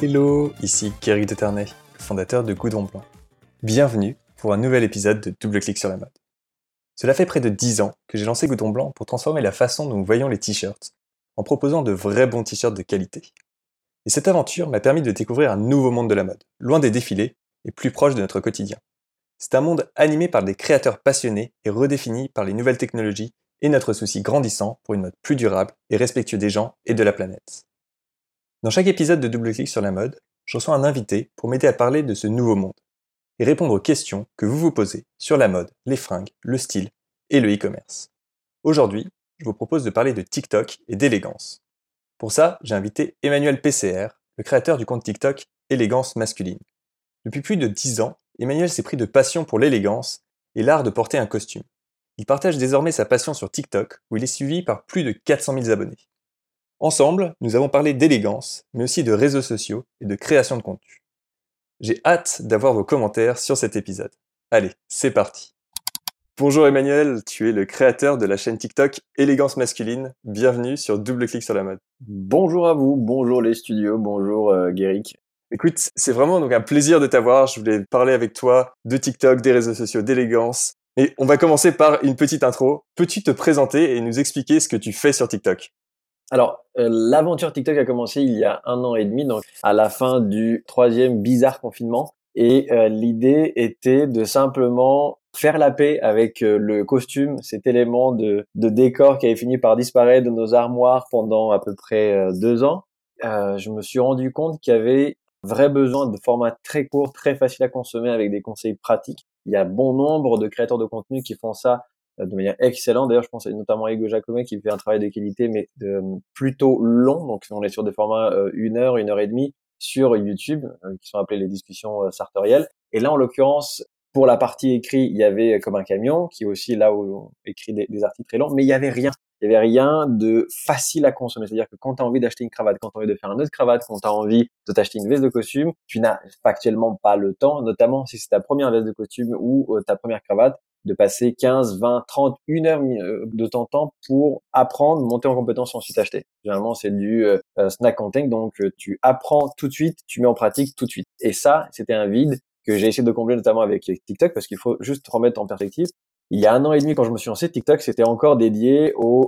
Hello, ici Kerry de Ternay, le fondateur de Goudron Blanc. Bienvenue pour un nouvel épisode de Double Clic sur la mode. Cela fait près de 10 ans que j'ai lancé Goudron Blanc pour transformer la façon dont nous voyons les t-shirts, en proposant de vrais bons t-shirts de qualité. Et cette aventure m'a permis de découvrir un nouveau monde de la mode, loin des défilés et plus proche de notre quotidien. C'est un monde animé par des créateurs passionnés et redéfini par les nouvelles technologies et notre souci grandissant pour une mode plus durable et respectueux des gens et de la planète. Dans chaque épisode de Double Clic sur la mode, je reçois un invité pour m'aider à parler de ce nouveau monde et répondre aux questions que vous vous posez sur la mode, les fringues, le style et le e-commerce. Aujourd'hui, je vous propose de parler de TikTok et d'élégance. Pour ça, j'ai invité Emmanuel PCR, le créateur du compte TikTok Élégance Masculine. Depuis plus de 10 ans, Emmanuel s'est pris de passion pour l'élégance et l'art de porter un costume. Il partage désormais sa passion sur TikTok, où il est suivi par plus de 400 000 abonnés. Ensemble, nous avons parlé d'élégance, mais aussi de réseaux sociaux et de création de contenu. J'ai hâte d'avoir vos commentaires sur cet épisode. Allez, c'est parti. Bonjour Emmanuel, tu es le créateur de la chaîne TikTok Élégance Masculine. Bienvenue sur Double Clic sur la mode. Bonjour à vous, bonjour les studios, bonjour Guéric. Écoute, c'est vraiment donc un plaisir de t'avoir. Je voulais parler avec toi de TikTok, des réseaux sociaux, d'élégance. Et on va commencer par une petite intro. Peux-tu te présenter et nous expliquer ce que tu fais sur TikTok ? Alors, l'aventure TikTok a commencé il y a 1 an et demi, donc à la fin du 3e bizarre confinement. Et l'idée était de simplement faire la paix avec le costume, cet élément de décor qui avait fini par disparaître de nos armoires pendant à peu près 2 ans. Je me suis rendu compte qu'il y avait vrai besoin de formats très courts, très faciles à consommer avec des conseils pratiques. Il y a bon nombre de créateurs de contenu qui font ça de manière excellente. D'ailleurs, je pense notamment à Hugo Jacomet qui fait un travail de qualité, mais plutôt long. Donc, on est sur des formats 1 heure, 1 heure et demie sur YouTube, qui sont appelés les discussions sartoriales. Et là, en l'occurrence, pour la partie écrit, il y avait Comme un camion, qui est aussi là où on écrit des articles très longs, mais il y avait rien. Il y avait rien de facile à consommer. C'est-à-dire que quand tu as envie d'acheter une cravate, quand tu as envie de faire un nœud de cravate, quand tu as envie de t'acheter une veste de costume, tu n'as factuellement pas le temps, notamment si c'est ta première veste de costume ou ta première cravate, de passer 15, 20, 30, 1 heure de ton temps pour apprendre, monter en compétence et ensuite acheter. Généralement, c'est du snack content, donc tu apprends tout de suite, tu mets en pratique tout de suite. Et ça, c'était un vide que j'ai essayé de combler notamment avec TikTok, parce qu'il faut juste remettre en perspective. Il y a 1 an et demi, quand je me suis lancé, TikTok, c'était encore dédié aux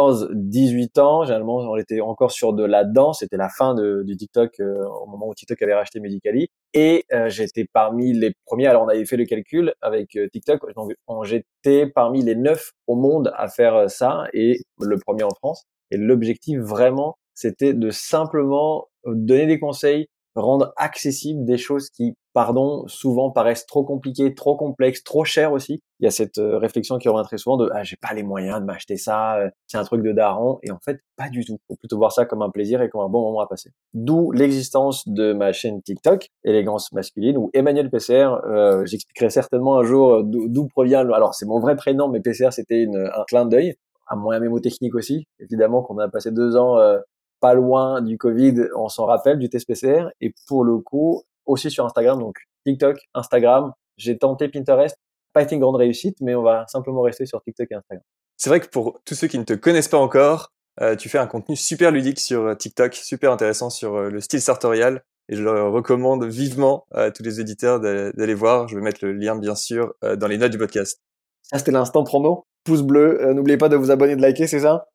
14-18 ans. Généralement, on était encore sur de la danse. C'était la fin du TikTok, au moment où TikTok avait racheté Musical.ly. Et j'étais parmi les premiers. Alors, on avait fait le calcul avec TikTok. Donc, j'étais parmi les 9 au monde à faire ça et le premier en France. Et l'objectif, vraiment, c'était de simplement donner des conseils, rendre accessibles des choses qui, souvent paraissent trop compliquées, trop complexes, trop chères aussi. Il y a cette réflexion qui revient très souvent de j'ai pas les moyens de m'acheter ça, c'est un truc de daron. Et en fait, pas du tout. Faut plutôt voir ça comme un plaisir et comme un bon moment à passer. D'où l'existence de ma chaîne TikTok, Élégance Masculine, ou Emmanuel PCR. J'expliquerai certainement un jour d'où provient alors c'est mon vrai prénom, mais PCR c'était un clin d'œil, à moyen mémotechnique aussi. Évidemment qu'on a passé 2 ans pas loin du Covid, on s'en rappelle, du test PCR. Et pour le coup, aussi sur Instagram, donc TikTok, Instagram. J'ai tenté Pinterest, pas été une grande réussite, mais on va simplement rester sur TikTok et Instagram. C'est vrai que pour tous ceux qui ne te connaissent pas encore, tu fais un contenu super ludique sur TikTok, super intéressant sur le style sartorial. Et je le recommande vivement à tous les éditeurs d'aller voir. Je vais mettre le lien, bien sûr, dans les notes du podcast. Ça, c'était l'instant promo. Pouce bleu, n'oubliez pas de vous abonner, de liker, c'est ça?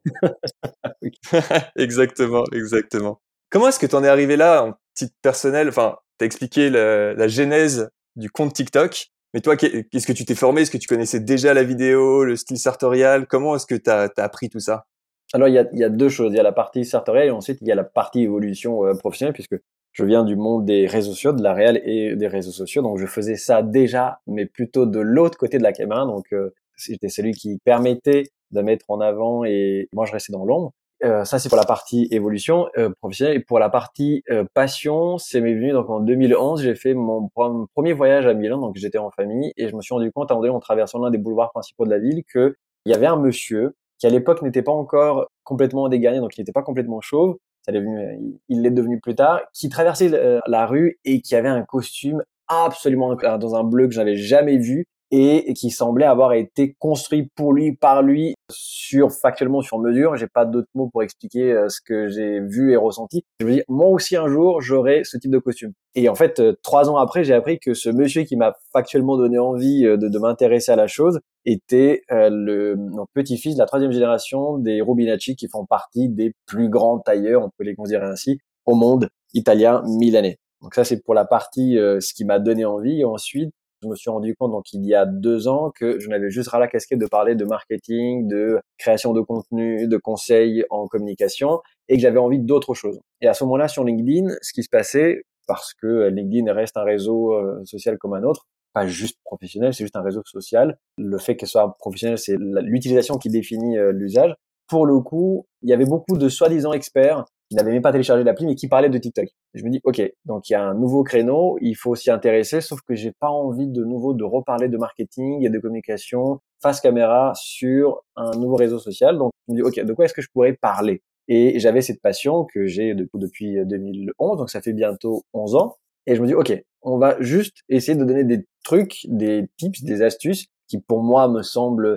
Exactement, exactement. Comment est-ce que tu en es arrivé là, en titre personnel? Enfin, tu as expliqué la genèse du compte TikTok, mais toi, qu'est-ce que tu t'es formé? Est-ce que tu connaissais déjà la vidéo, le style sartorial? Comment est-ce que tu as appris tout ça? Alors, il y a 2 choses. Il y a la partie sartoriale et ensuite, il y a la partie évolution professionnelle, puisque je viens du monde des réseaux sociaux, de la réelle et des réseaux sociaux. Donc, je faisais ça déjà, mais plutôt de l'autre côté de la caméra. Donc, j'étais celui qui permettait de mettre en avant et moi, je restais dans l'ombre. Ça, c'est pour la partie évolution professionnelle. Et pour la partie passion, c'est m'est venu donc en 2011. J'ai fait mon premier voyage à Milan, donc j'étais en famille et je me suis rendu compte, à un moment donné, en traversant l'un des boulevards principaux de la ville, que il y avait un monsieur qui à l'époque n'était pas encore complètement dégarni, donc il n'était pas complètement chauve. Il l'est devenu plus tard, qui traversait la rue et qui avait un costume absolument incroyable, dans un bleu que j'avais jamais vu. et qui semblait avoir été construit pour lui, par lui, factuellement sur mesure. J'ai pas d'autres mots pour expliquer ce que j'ai vu et ressenti. Je me dis, moi aussi un jour, j'aurai ce type de costume. Et en fait, 3 ans après, j'ai appris que ce monsieur qui m'a factuellement donné envie de m'intéresser à la chose était le petit-fils de la 3e génération des Rubinacci, qui font partie des plus grands tailleurs, on peut les considérer ainsi, au monde italien milanais. Donc ça, c'est pour la partie ce qui m'a donné envie. Et ensuite, je me suis rendu compte, donc il y a 2 ans, que je n'avais juste ras la casquette de parler de marketing, de création de contenu, de conseils en communication, et que j'avais envie d'autre chose. Et à ce moment-là, sur LinkedIn, ce qui se passait, parce que LinkedIn reste un réseau social comme un autre, pas juste professionnel, c'est juste un réseau social. Le fait que ce soit professionnel, c'est l'utilisation qui définit l'usage. Pour le coup, il y avait beaucoup de soi-disant experts qui n'avaient même pas téléchargé l'appli, mais qui parlaient de TikTok. Et je me dis, OK, donc il y a un nouveau créneau, il faut s'y intéresser, sauf que j'ai pas envie de nouveau de reparler de marketing et de communication face caméra sur un nouveau réseau social. Donc, je me dis, OK, de quoi est-ce que je pourrais parler? Et j'avais cette passion que j'ai depuis 2011, donc ça fait bientôt 11 ans. Et je me dis, OK, on va juste essayer de donner des trucs, des tips, des astuces qui pour moi me semblent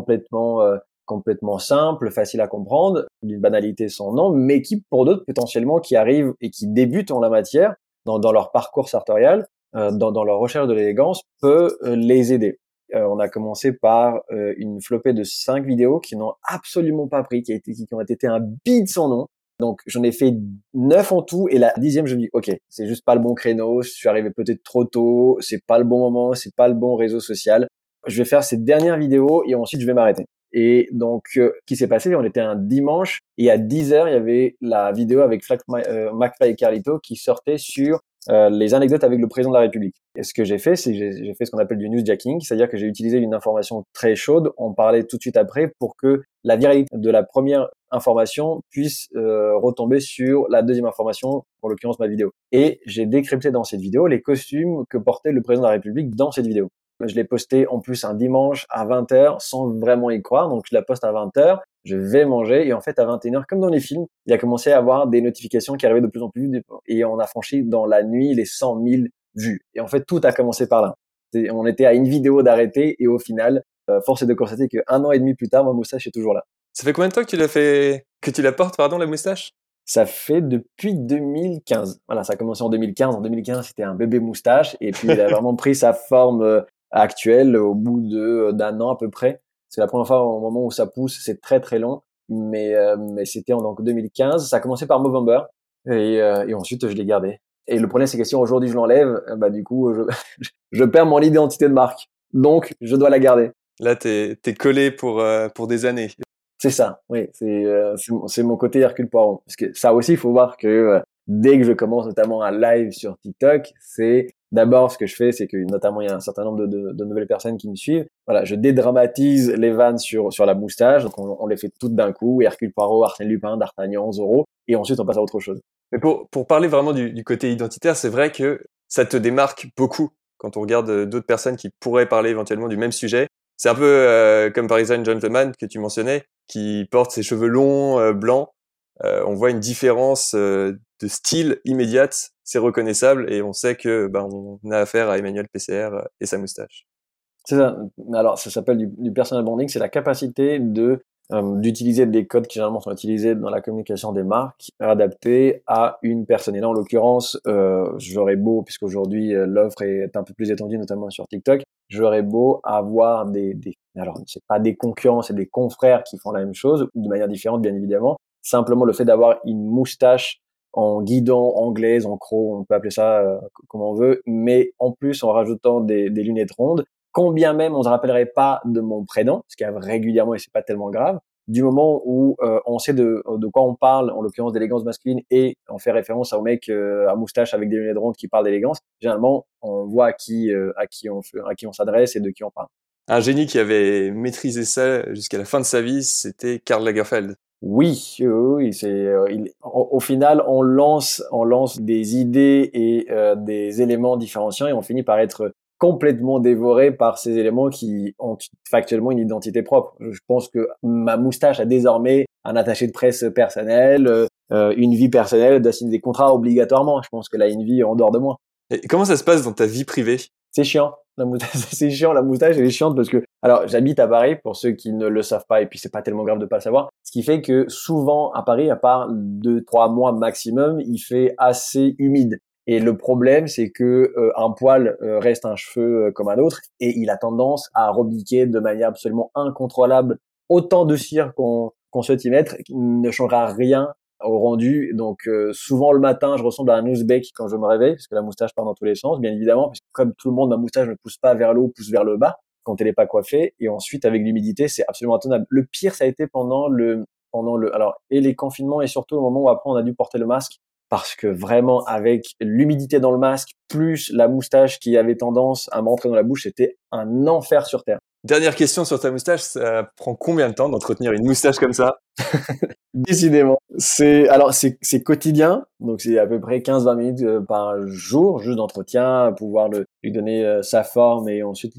complètement simple, facile à comprendre, d'une banalité sans nom, mais qui pour d'autres potentiellement qui arrivent et qui débutent en la matière, dans leur parcours sartorial, dans leur recherche de l'élégance, peut les aider. On a commencé par une flopée de 5 vidéos qui n'ont absolument pas pris, qui ont été un bide sans nom. Donc j'en ai fait 9 en tout, et la 10e je me dis ok, c'est juste pas le bon créneau, je suis arrivé peut-être trop tôt, c'est pas le bon moment, c'est pas le bon réseau social. Je vais faire cette dernière vidéo et ensuite je vais m'arrêter. Et donc, ce qui s'est passé, on était un dimanche et à 10h, il y avait la vidéo avec McFly et Carlito qui sortait sur les anecdotes avec le président de la République. Et ce que j'ai fait, c'est que j'ai fait ce qu'on appelle du newsjacking, c'est-à-dire que j'ai utilisé une information très chaude, on parlait tout de suite après pour que la viralité de la première information puisse retomber sur la deuxième information, en l'occurrence ma vidéo. Et j'ai décrypté dans cette vidéo les costumes que portait le président de la République dans cette vidéo. Je l'ai posté en plus un dimanche à 20h sans vraiment y croire. Donc, je la poste à 20h, je vais manger et en fait, à 21h, comme dans les films, il a commencé à avoir des notifications qui arrivaient de plus en plus et on a franchi dans la nuit les 100 000 vues. Et en fait, tout a commencé par là. On était à une vidéo d'arrêter et au final, force est de constater qu'un an et demi plus tard, ma moustache est toujours là. Ça fait combien de temps que tu la portes, la moustache? Ça fait depuis 2015. Voilà, ça a commencé en 2015. En 2015, c'était un bébé moustache et puis il a vraiment pris sa forme actuelle au bout d'un an à peu près. C'est la première fois au moment où ça pousse, c'est très très long, mais c'était en donc 2015. Ça a commencé par Movember et ensuite je l'ai gardé. Et le problème c'est que si aujourd'hui je l'enlève, bah du coup je perds mon identité de marque. Donc je dois la garder. Là, t'es collé pour des années. C'est ça, oui, c'est mon côté Hercule Poirot. Parce que ça aussi, il faut voir que dès que je commence notamment un live sur TikTok, c'est d'abord ce que je fais, c'est que notamment il y a un certain nombre de nouvelles personnes qui me suivent. Voilà, je dédramatise les vannes sur la moustache, donc on les fait toutes d'un coup, Hercule Poirot, Arsène Lupin, D'Artagnan, Zorro, et ensuite on passe à autre chose. Mais pour parler vraiment du côté identitaire, c'est vrai que ça te démarque beaucoup quand on regarde d'autres personnes qui pourraient parler éventuellement du même sujet. C'est un peu comme Paris Gentleman que tu mentionnais, qui porte ses cheveux longs, blancs. On voit une différence de style immédiate, c'est reconnaissable et on sait que on a affaire à Emmanuel PCR et sa moustache. C'est ça. Alors, ça s'appelle du personal branding. C'est la capacité d'utiliser des codes qui généralement sont utilisés dans la communication des marques, adaptés à une personne. Et là, en l'occurrence, j'aurais beau, puisqu'aujourd'hui l'offre est un peu plus étendue, notamment sur TikTok, j'aurais beau avoir alors c'est pas des concurrents, c'est des confrères qui font la même chose de manière différente, bien évidemment. Simplement le fait d'avoir une moustache en guidon anglaise, en croc, on peut appeler ça comme on veut, mais en plus en rajoutant des lunettes rondes, quand bien même on ne se rappellerait pas de mon prénom, ce qui arrive régulièrement et c'est pas tellement grave, du moment où on sait de quoi on parle, en l'occurrence d'élégance masculine, et on fait référence au mec à moustache avec des lunettes rondes qui parle d'élégance, généralement on voit à qui on s'adresse et de qui on parle. Un génie qui avait maîtrisé ça jusqu'à la fin de sa vie, c'était Karl Lagerfeld. Oui, oui, au final, on lance des idées et des éléments différenciants et on finit par être complètement dévoré par ces éléments qui ont factuellement une identité propre. Je pense que ma moustache a désormais un attaché de presse personnel, une vie personnelle, doit signer des contrats obligatoirement. Je pense que là, une vie en dehors de moi. Et comment ça se passe dans ta vie privée? C'est chiant. La moustache, c'est chiant. La moustache, elle est chiante parce que, alors, j'habite à Paris pour ceux qui ne le savent pas et puis c'est pas tellement grave de pas le savoir. Ce qui fait que souvent à Paris, à part 2, 3 mois maximum, il fait assez humide. Et le problème, c'est que un poil reste un cheveu comme un autre et il a tendance à rebiquer de manière absolument incontrôlable. Autant de cire qu'on souhaite y mettre, qui ne changera rien au rendu. Donc souvent le matin, je ressemble à un ouzbek quand je me réveille, parce que la moustache part dans tous les sens, bien évidemment, parce que comme tout le monde, ma moustache ne pousse pas vers le haut, pousse vers le bas quand elle n'est pas coiffée. Et ensuite, avec l'humidité, c'est absolument intenable. Le pire, ça a été alors, et les confinements et surtout au moment où après on a dû porter le masque. Parce que vraiment, avec l'humidité dans le masque, plus la moustache qui avait tendance à m'entrer dans la bouche, c'était un enfer sur Terre. Dernière question sur ta moustache, ça prend combien de temps d'entretenir une moustache comme ça? Décidément. C'est quotidien. Donc, c'est à peu près 15-20 minutes par jour, juste d'entretien, pouvoir lui donner sa forme et ensuite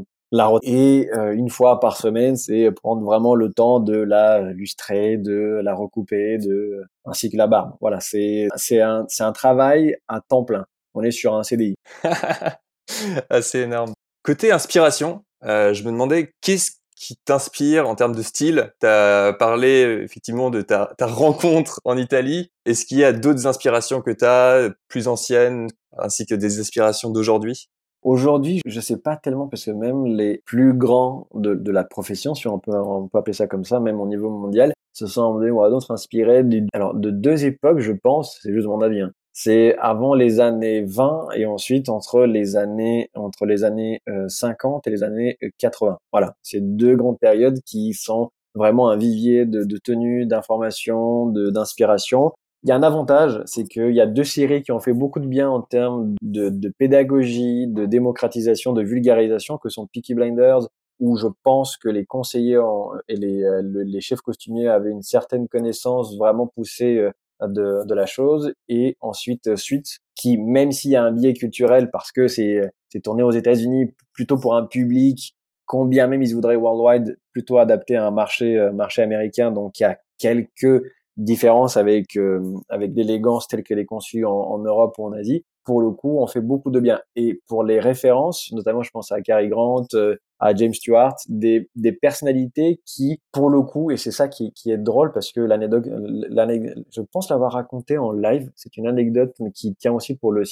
et une fois par semaine, c'est prendre vraiment le temps de la lustrer, de la recouper, ainsi que la barbe. Voilà. C'est un travail à temps plein. On est sur un CDI. Assez énorme. Côté inspiration, je me demandais qu'est-ce qui t'inspire en termes de style. Tu as parlé effectivement de ta rencontre en Italie. Est-ce qu'il y a d'autres inspirations que tu as, plus anciennes, ainsi que des inspirations d'aujourd'hui? Aujourd'hui, je sais pas tellement parce que même les plus grands de la profession, si on peut appeler ça comme ça, même au niveau mondial, se sont emmenés ou à d'autres inspirés de deux époques, je pense, c'est juste mon avis, hein. C'est avant les années 20 et ensuite entre les années 50 et les années 80. Voilà, c'est deux grandes périodes qui sont vraiment un vivier de tenues, d'informations, d'inspiration. Il y a un avantage, c'est qu'il y a deux séries qui ont fait beaucoup de bien en termes de pédagogie, de démocratisation, de vulgarisation, que sont Peaky Blinders, où je pense que les conseillers et les chefs costumiers avaient une certaine connaissance vraiment poussée de la chose, et ensuite Suits, qui même s'il y a un biais culturel parce que c'est tourné aux États-Unis plutôt pour un public, combien même ils voudraient worldwide, plutôt adapté à un marché américain, donc il y a quelques différence avec l'élégance telle qu'elle est conçue en Europe ou en Asie. Pour le coup, on fait beaucoup de bien. Et pour les références, notamment je pense à Cary Grant, à James Stewart, des personnalités qui, pour le coup, et c'est ça qui est drôle parce que je pense l'avoir raconté en live. C'est une anecdote qui tient aussi pour le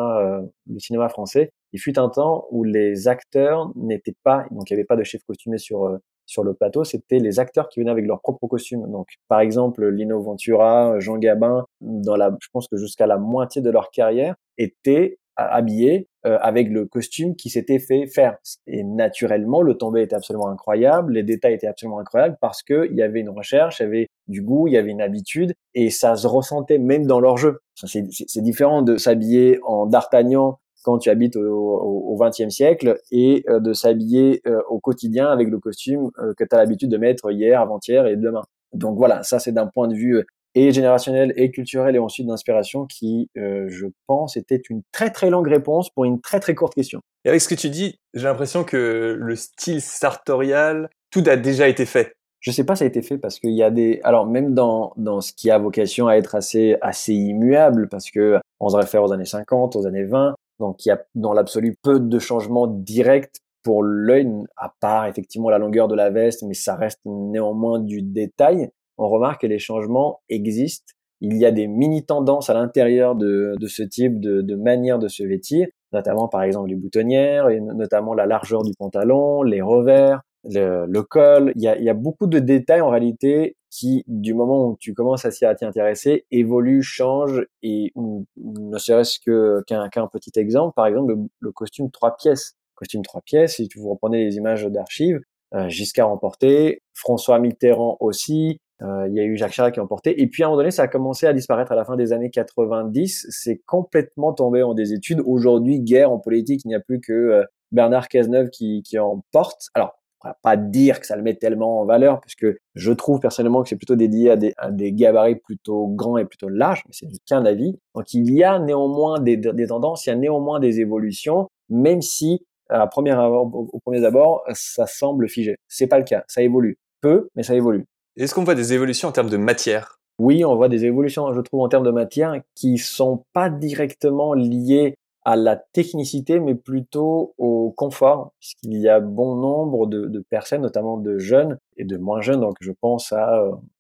cinéma français. Il fut un temps où les acteurs n'étaient pas, donc il n'y avait pas de chef costumé sur le plateau, c'était les acteurs qui venaient avec leurs propres costumes. Donc, par exemple, Lino Ventura, Jean Gabin, je pense que jusqu'à la moitié de leur carrière, étaient habillés avec le costume qui s'était fait faire. Et naturellement, le tombé était absolument incroyable, les détails étaient absolument incroyables parce que il y avait une recherche, il y avait du goût, il y avait une habitude et ça se ressentait même dans leur jeu. C'est différent de s'habiller en D'Artagnan quand tu habites au XXe siècle et de s'habiller au quotidien avec le costume que tu as l'habitude de mettre hier, avant-hier et demain. Donc voilà, ça c'est d'un point de vue et générationnel et culturel et ensuite d'inspiration qui, je pense, était une très très longue réponse pour une très très courte question. Et avec ce que tu dis, j'ai l'impression que le style sartorial, tout a déjà été fait. Je sais pas, ça a été fait parce qu'il y a alors même dans ce qui a vocation à être assez immuable, parce que on se réfère aux années 50, aux années 20, donc il y a dans l'absolu peu de changements directs pour l'œil, à part effectivement la longueur de la veste, mais ça reste néanmoins du détail. On remarque que les changements existent. Il y a des mini-tendances à l'intérieur de ce type de manière de se vêtir, notamment par exemple les boutonnières, et notamment la largeur du pantalon, les revers, le col. Il y a beaucoup de détails en réalité qui, du moment où tu commences à t'y intéresser, évoluent, changent et ne serait-ce qu'un petit exemple, par exemple le costume 3 pièces. Costume 3 pièces, si vous reprenez les images d'archives, Giscard en portait, François Mitterrand aussi, il y a eu Jacques Chirac qui en portait, et puis à un moment donné, ça a commencé à disparaître à la fin des années 90, c'est complètement tombé en désuétude. Aujourd'hui, guerre en politique, il n'y a plus que Bernard Cazeneuve qui en porte. Alors, on va pas dire que ça le met tellement en valeur, parce que je trouve personnellement que c'est plutôt dédié à des gabarits plutôt grands et plutôt larges, mais c'est qu'un avis. Donc il y a néanmoins des tendances, il y a néanmoins des évolutions, même si au premier abord, ça semble figé. C'est pas le cas, ça évolue. Peu, mais ça évolue. Est-ce qu'on voit des évolutions en termes de matière? Oui, on voit des évolutions, je trouve, en termes de matière qui sont pas directement liées à la technicité, mais plutôt au confort, puisqu'il y a bon nombre de personnes, notamment de jeunes et de moins jeunes, donc je pense à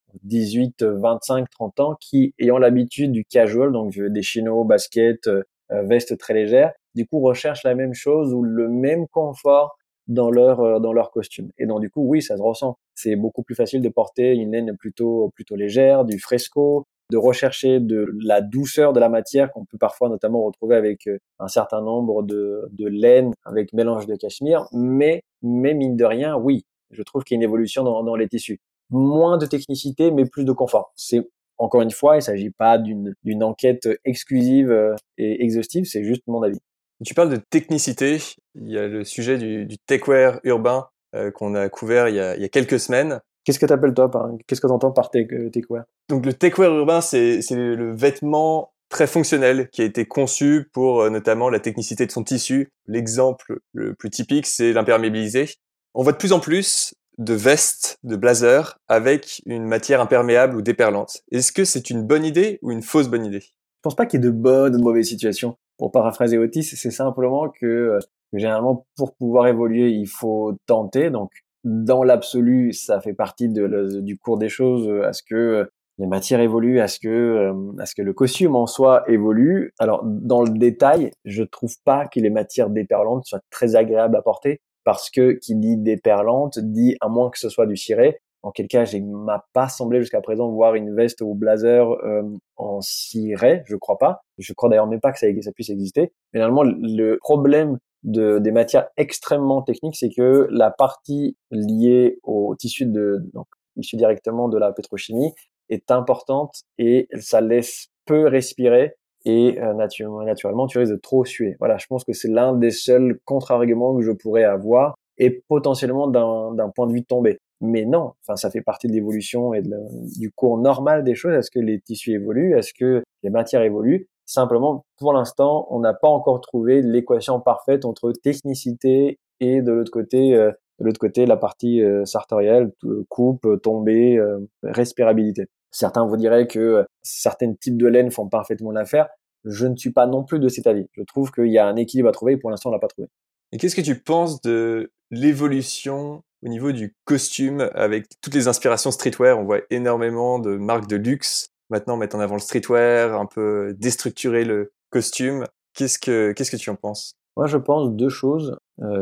18, 25, 30 ans, qui ayant l'habitude du casual, donc des chinos, baskets, vestes très légères, du coup recherchent la même chose ou le même confort dans leur costume. Et donc du coup, oui, ça se ressent. C'est beaucoup plus facile de porter une laine plutôt légère, du fresco, de rechercher de la douceur de la matière qu'on peut parfois notamment retrouver avec un certain nombre de laines avec mélange de cachemire. Mais mine de rien, oui, je trouve qu'il y a une évolution dans les tissus. Moins de technicité, mais plus de confort. C'est encore une fois, il ne s'agit pas d'une enquête exclusive et exhaustive, c'est juste mon avis. Tu parles de technicité, il y a le sujet du techwear urbain qu'on a couvert il y a quelques semaines. Qu'est-ce que t'appelles toi qu'est-ce que t'entends par techwear? Donc le techwear urbain, c'est le vêtement très fonctionnel qui a été conçu pour notamment la technicité de son tissu. L'exemple le plus typique, c'est l'imperméabilisé. On voit de plus en plus de vestes, de blazers avec une matière imperméable ou déperlante. Est-ce que c'est une bonne idée ou une fausse bonne idée? Je pense pas qu'il y ait de bonnes ou de mauvaises situations. Pour paraphraser Otis, c'est simplement que généralement, pour pouvoir évoluer, il faut tenter. Donc, dans l'absolu, ça fait partie du cours des choses, à ce que les matières évoluent, à ce que le costume en soi évolue. Alors, dans le détail, je trouve pas que les matières déperlantes soient très agréables à porter, parce que qui dit déperlante dit, à moins que ce soit du ciré, en quel cas, il m'a pas semblé jusqu'à présent voir une veste ou blazer en ciré, je crois pas. Je crois d'ailleurs même pas que ça puisse exister. Mais normalement, le problème des matières extrêmement techniques, c'est que la partie liée au tissu donc issu directement de la pétrochimie est importante et ça laisse peu respirer et naturellement tu risques de trop suer. Voilà, je pense que c'est l'un des seuls contre-arguments que je pourrais avoir et potentiellement d'un point de vue tombé. Mais non, enfin, ça fait partie de l'évolution et du cours normal des choses. Est-ce que les tissus évoluent? Est-ce que les matières évoluent? Simplement, pour l'instant, on n'a pas encore trouvé l'équation parfaite entre technicité et de l'autre côté, la partie sartorielle, coupe, tombée, respirabilité. Certains vous diraient que certains types de laine font parfaitement l'affaire. Je ne suis pas non plus de cet avis. Je trouve qu'il y a un équilibre à trouver et pour l'instant, on l'a pas trouvé. Et qu'est-ce que tu penses de l'évolution au niveau du costume avec toutes les inspirations streetwear? On voit énormément de marques de luxe maintenant mettre en avant le streetwear, un peu déstructurer le costume. Qu'est-ce que tu en penses? Moi, je pense deux choses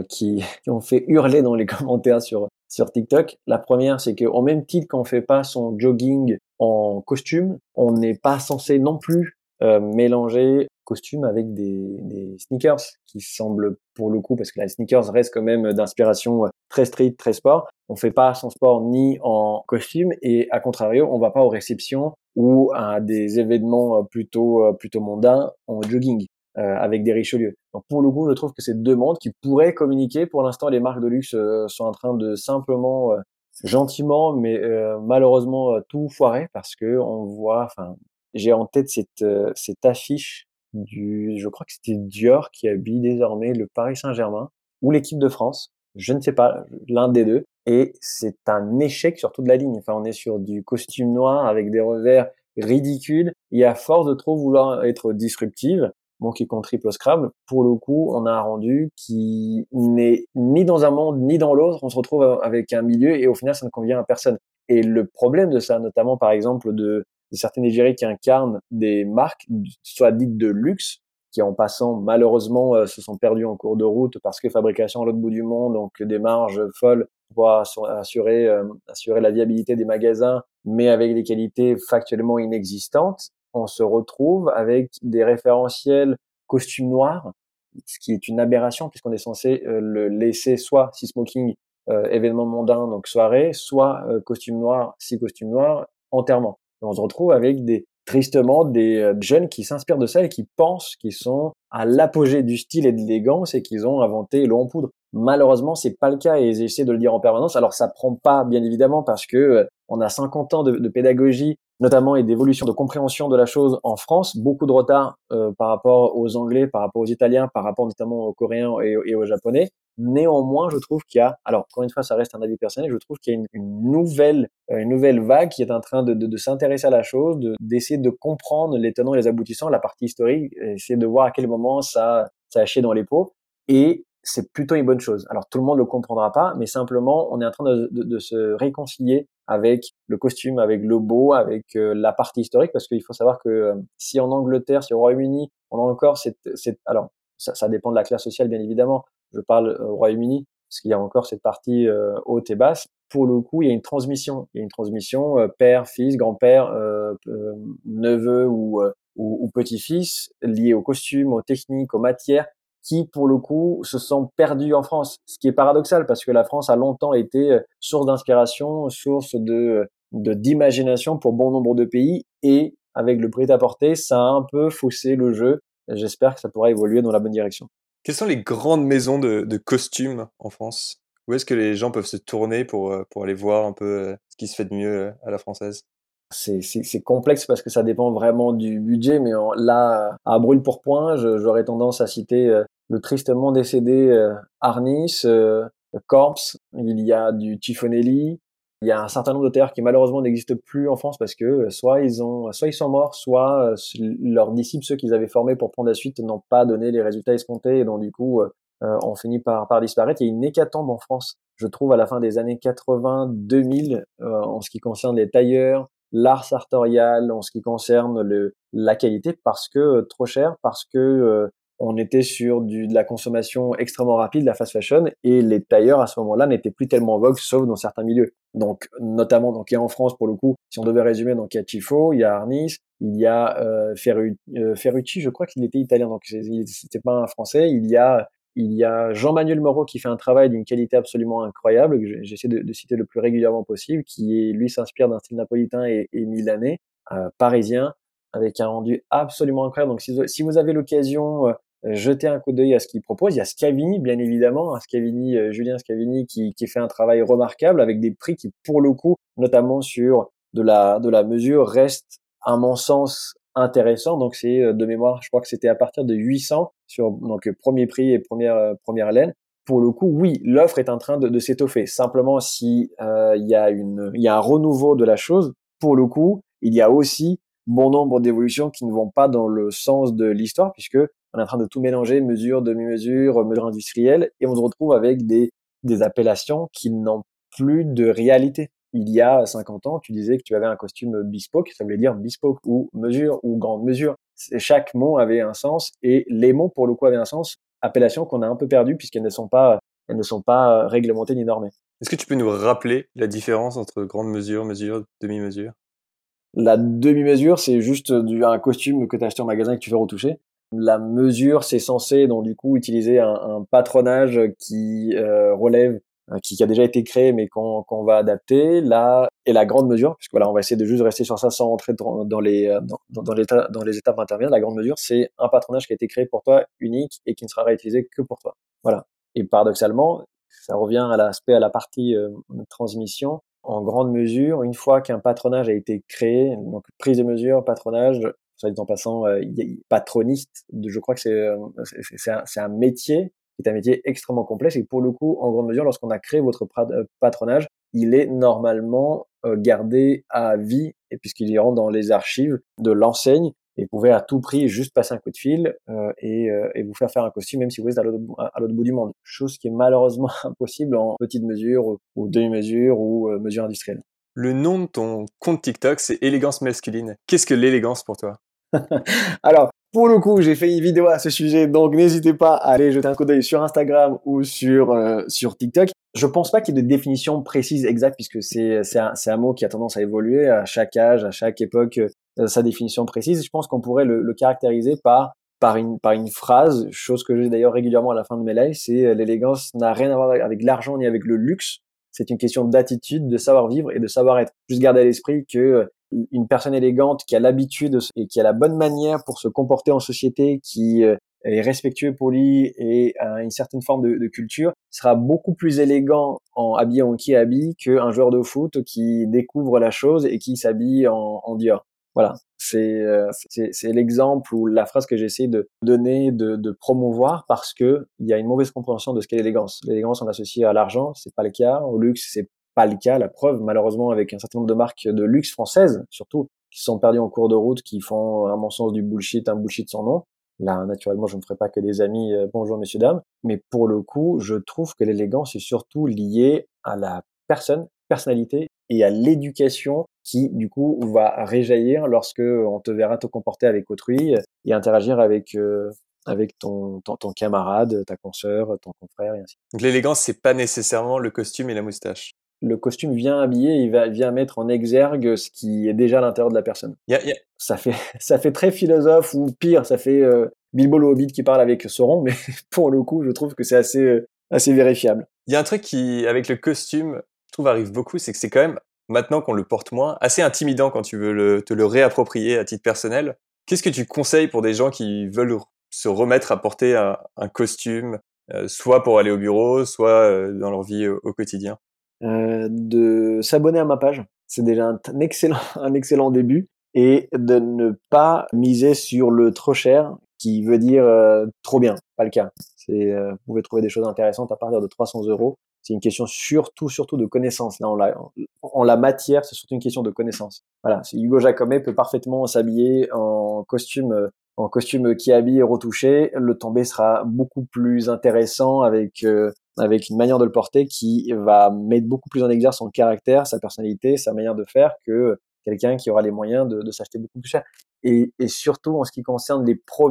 qui ont fait hurler dans les commentaires sur TikTok. La première, c'est qu'au même titre qu'on fait pas son jogging en costume, on n'est pas censé non plus mélanger costume avec des sneakers qui semblent pour le coup, parce que la sneakers reste quand même d'inspiration très street, très sport. On fait pas son sport ni en costume et à contrario, on va pas aux réceptions ou à des événements plutôt mondains en jogging avec des Richelieu. Donc pour le coup, je trouve que c'est deux mondes qui pourraient communiquer. Pour l'instant, les marques de luxe sont en train de simplement, gentiment, mais malheureusement tout foirer parce que on voit. Enfin, j'ai en tête cette affiche je crois que c'était Dior qui habille désormais le Paris Saint-Germain ou l'équipe de France. Je ne sais pas, l'un des deux. Et c'est un échec sur toute la ligne. Enfin, on est sur du costume noir avec des revers ridicules. Et à force de trop vouloir être disruptive, Monkey Kong Triple Scrabble, pour le coup, on a un rendu qui n'est ni dans un monde ni dans l'autre. On se retrouve avec un milieu et au final, ça ne convient à personne. Et le problème de ça, notamment par exemple de certaines égéries qui incarnent des marques, soit dites de luxe, qui en passant malheureusement se sont perdues en cours de route parce que fabrication à l'autre bout du monde, donc des marges folles pour assurer la viabilité des magasins, mais avec des qualités factuellement inexistantes. On se retrouve avec des référentiels costumes noirs, ce qui est une aberration puisqu'on est censé le laisser soit si smoking, événement mondain, donc soirée, soit costume noir, si costume noir, enterrement. Et on se retrouve avec tristement des jeunes qui s'inspirent de ça et qui pensent qu'ils sont à l'apogée du style et de l'élégance et qu'ils ont inventé l'eau en poudre. Malheureusement, c'est pas le cas et j'essaie de le dire en permanence. Alors ça prend pas, bien évidemment, parce que on a 50 ans de pédagogie, notamment, et d'évolution de compréhension de la chose en France. Beaucoup de retard par rapport aux Anglais, par rapport aux Italiens, par rapport notamment aux Coréens et aux Japonais. Néanmoins, je trouve qu'il y a, alors encore une fois, ça reste un avis personnel, je trouve qu'il y a une nouvelle vague qui est en train de s'intéresser à la chose, d'essayer de comprendre les tenants et les aboutissants, la partie historique, essayer de voir à quel moment ça a chié dans les pots. Et c'est plutôt une bonne chose. Alors tout le monde le comprendra pas, mais simplement on est en train de se réconcilier avec le costume, avec le beau, avec la partie historique, parce qu'il faut savoir que si en Angleterre, si au Royaume-Uni, on a encore alors ça dépend de la classe sociale bien évidemment. Je parle au Royaume-Uni, parce qu'il y a encore cette partie haute et basse. Pour le coup, il y a une transmission. Il y a une transmission père, fils, grand-père, neveu ou petit-fils lié au costume, aux techniques, aux matières qui, pour le coup, se sont perdus en France. Ce qui est paradoxal parce que la France a longtemps été source d'inspiration, source d'imagination pour bon nombre de pays et avec le prêt-à-porter, ça a un peu faussé le jeu. J'espère que ça pourra évoluer dans la bonne direction. Quelles sont les grandes maisons de costumes en France? Où est-ce que les gens peuvent se tourner pour aller voir un peu ce qui se fait de mieux à la française? C'est complexe parce que ça dépend vraiment du budget, mais là, à brûle pour point, j'aurais tendance à citer le tristement décédé Arnis, Corps, il y a du Tifonelli, il y a un certain nombre de tailleurs qui malheureusement n'existent plus en France parce que soit ils sont morts, soit leurs disciples, ceux qu'ils avaient formés pour prendre la suite, n'ont pas donné les résultats escomptés et donc du coup, on finit par disparaître. Il y a une hécatombe en France, je trouve, à la fin des années 80-2000 en ce qui concerne les tailleurs, l'art sartorial, en ce qui concerne la qualité, parce que trop cher, parce que on était sur de la consommation extrêmement rapide, la fast fashion, et les tailleurs à ce moment-là n'étaient plus tellement en vogue, sauf dans certains milieux. Donc, notamment, donc il y a en France pour le coup, si on devait résumer, donc il y a Tifo, il y a Arnis, il y a Ferrucci, je crois qu'il était italien, donc c'était pas un français. Il y a Jean-Manuel Moreau qui fait un travail d'une qualité absolument incroyable, que j'essaie de citer le plus régulièrement possible, qui lui s'inspire d'un style napolitain et milanais, parisien, avec un rendu absolument incroyable. Donc si vous avez l'occasion, jetez un coup d'œil à ce qu'il propose. Il y a Scavini, bien évidemment, Julien Scavini, qui fait un travail remarquable avec des prix qui, pour le coup, notamment sur de la mesure, restent, à mon sens, intéressant. Donc c'est de mémoire, je crois que c'était à partir de 800 sur donc premier prix et première laine. Pour le coup, oui, l'offre est en train de s'étoffer. Simplement, si il y a un renouveau de la chose, pour le coup, il y a aussi bon nombre d'évolutions qui ne vont pas dans le sens de l'histoire, puisque on est en train de tout mélanger, mesure, demi-mesure, mesure industrielle, et on se retrouve avec des appellations qui n'ont plus de réalité. Il y a 50 ans, tu disais que tu avais un costume bespoke, ça voulait dire bespoke ou mesure ou grande mesure. Chaque mot avait un sens et les mots, pour le coup, avaient un sens. Appellation qu'on a un peu perdu elles ne sont pas réglementées ni normées. Est-ce que tu peux nous rappeler la différence entre grande mesure, mesure, demi-mesure? La demi-mesure, c'est juste un costume que tu as acheté en magasin et que tu fais retoucher. La mesure, c'est censé donc du coup utiliser un patronage qui relève, qui a déjà été créé mais qu'on va adapter. Là, et la grande mesure, puisque voilà, on va essayer de juste rester sur ça sans rentrer dans les étapes intermédiaires. La grande mesure, c'est un patronage qui a été créé pour toi, unique et qui ne sera réutilisé que pour toi. Voilà. Et paradoxalement, ça revient à la partie transmission. En grande mesure, une fois qu'un patronage a été créé, donc prise de mesure, patronage, soit dit en passant, patroniste, je crois que c'est un métier qui est un métier extrêmement complexe et pour le coup, en grande mesure, lorsqu'on a créé votre patronage, il est normalement gardé à vie et puisqu'il y rentre dans les archives de l'enseigne et vous pouvez à tout prix juste passer un coup de fil et vous faire un costume même si vous êtes à l'autre bout du monde. Chose qui est malheureusement impossible en petite mesure ou demi-mesure ou mesure industrielle. Le nom de ton compte TikTok, c'est Élégance masculine. Qu'est-ce que l'élégance pour toi? Alors, pour le coup, j'ai fait une vidéo à ce sujet, donc n'hésitez pas à aller jeter un coup d'œil sur Instagram ou sur TikTok. Je pense pas qu'il y ait de définition précise exacte puisque c'est un mot qui a tendance à évoluer à chaque âge, à chaque époque, sa définition précise. Je pense qu'on pourrait le caractériser par une phrase, chose que j'ai d'ailleurs régulièrement à la fin de mes lives, c'est l'élégance n'a rien à voir avec l'argent ni avec le luxe. C'est une question d'attitude, de savoir-vivre et de savoir-être. Juste garder à l'esprit que une personne élégante qui a l'habitude et qui a la bonne manière pour se comporter en société, qui est respectueux, poli et a une certaine forme de culture, sera beaucoup plus élégant en habillé en qui habille qu'un joueur de foot qui découvre la chose et qui s'habille en Dior. Voilà, c'est l'exemple ou la phrase que j'essaie de donner, de promouvoir parce que il y a une mauvaise compréhension de ce qu'est l'élégance. L'élégance, on l'associe à l'argent, c'est pas le cas. Au luxe, c'est pas le cas. La preuve, malheureusement, avec un certain nombre de marques de luxe françaises, surtout, qui se sont perdues en cours de route, qui font, à mon sens, du bullshit, un bullshit sans nom. Là, naturellement, je ne ferai pas que des amis, bonjour messieurs, dames. Mais pour le coup, je trouve que l'élégance est surtout liée à la personnalité et à l'éducation qui, du coup, va réjaillir lorsque on te verra te comporter avec autrui et interagir avec ton camarade, ta consoeur, ton confrère et ainsi. Donc l'élégance, c'est pas nécessairement le costume et la moustache. Le costume vient habiller, vient mettre en exergue ce qui est déjà à l'intérieur de la personne. Il y a, Ça fait, ça fait très philosophe ou pire, ça fait Bilbo le Hobbit qui parle avec Sauron, mais pour le coup, je trouve que c'est assez vérifiable. il y a un truc qui, avec le costume, je trouve arrive beaucoup, c'est que c'est quand même, maintenant qu'on le porte moins, assez intimidant quand tu veux te le réapproprier à titre personnel. Qu'est-ce que tu conseilles pour des gens qui veulent se remettre à porter un costume, soit pour aller au bureau, soit dans leur vie au quotidien? De s'abonner à ma page, c'est déjà un excellent, un excellent début, et de ne pas miser sur le trop cher, qui veut dire trop bien, pas le cas. Vous pouvez trouver des choses intéressantes à partir de 300 €. C'est une question surtout de connaissance. Là, en la matière, c'est surtout une question de connaissance. Voilà, Hugo Jacomet peut parfaitement s'habiller en costume qui habille et retouché. Le tombé sera beaucoup plus intéressant avec une manière de le porter qui va mettre beaucoup plus en exergue son caractère, sa personnalité, sa manière de faire que quelqu'un qui aura les moyens de s'acheter beaucoup plus cher. Et surtout en ce qui concerne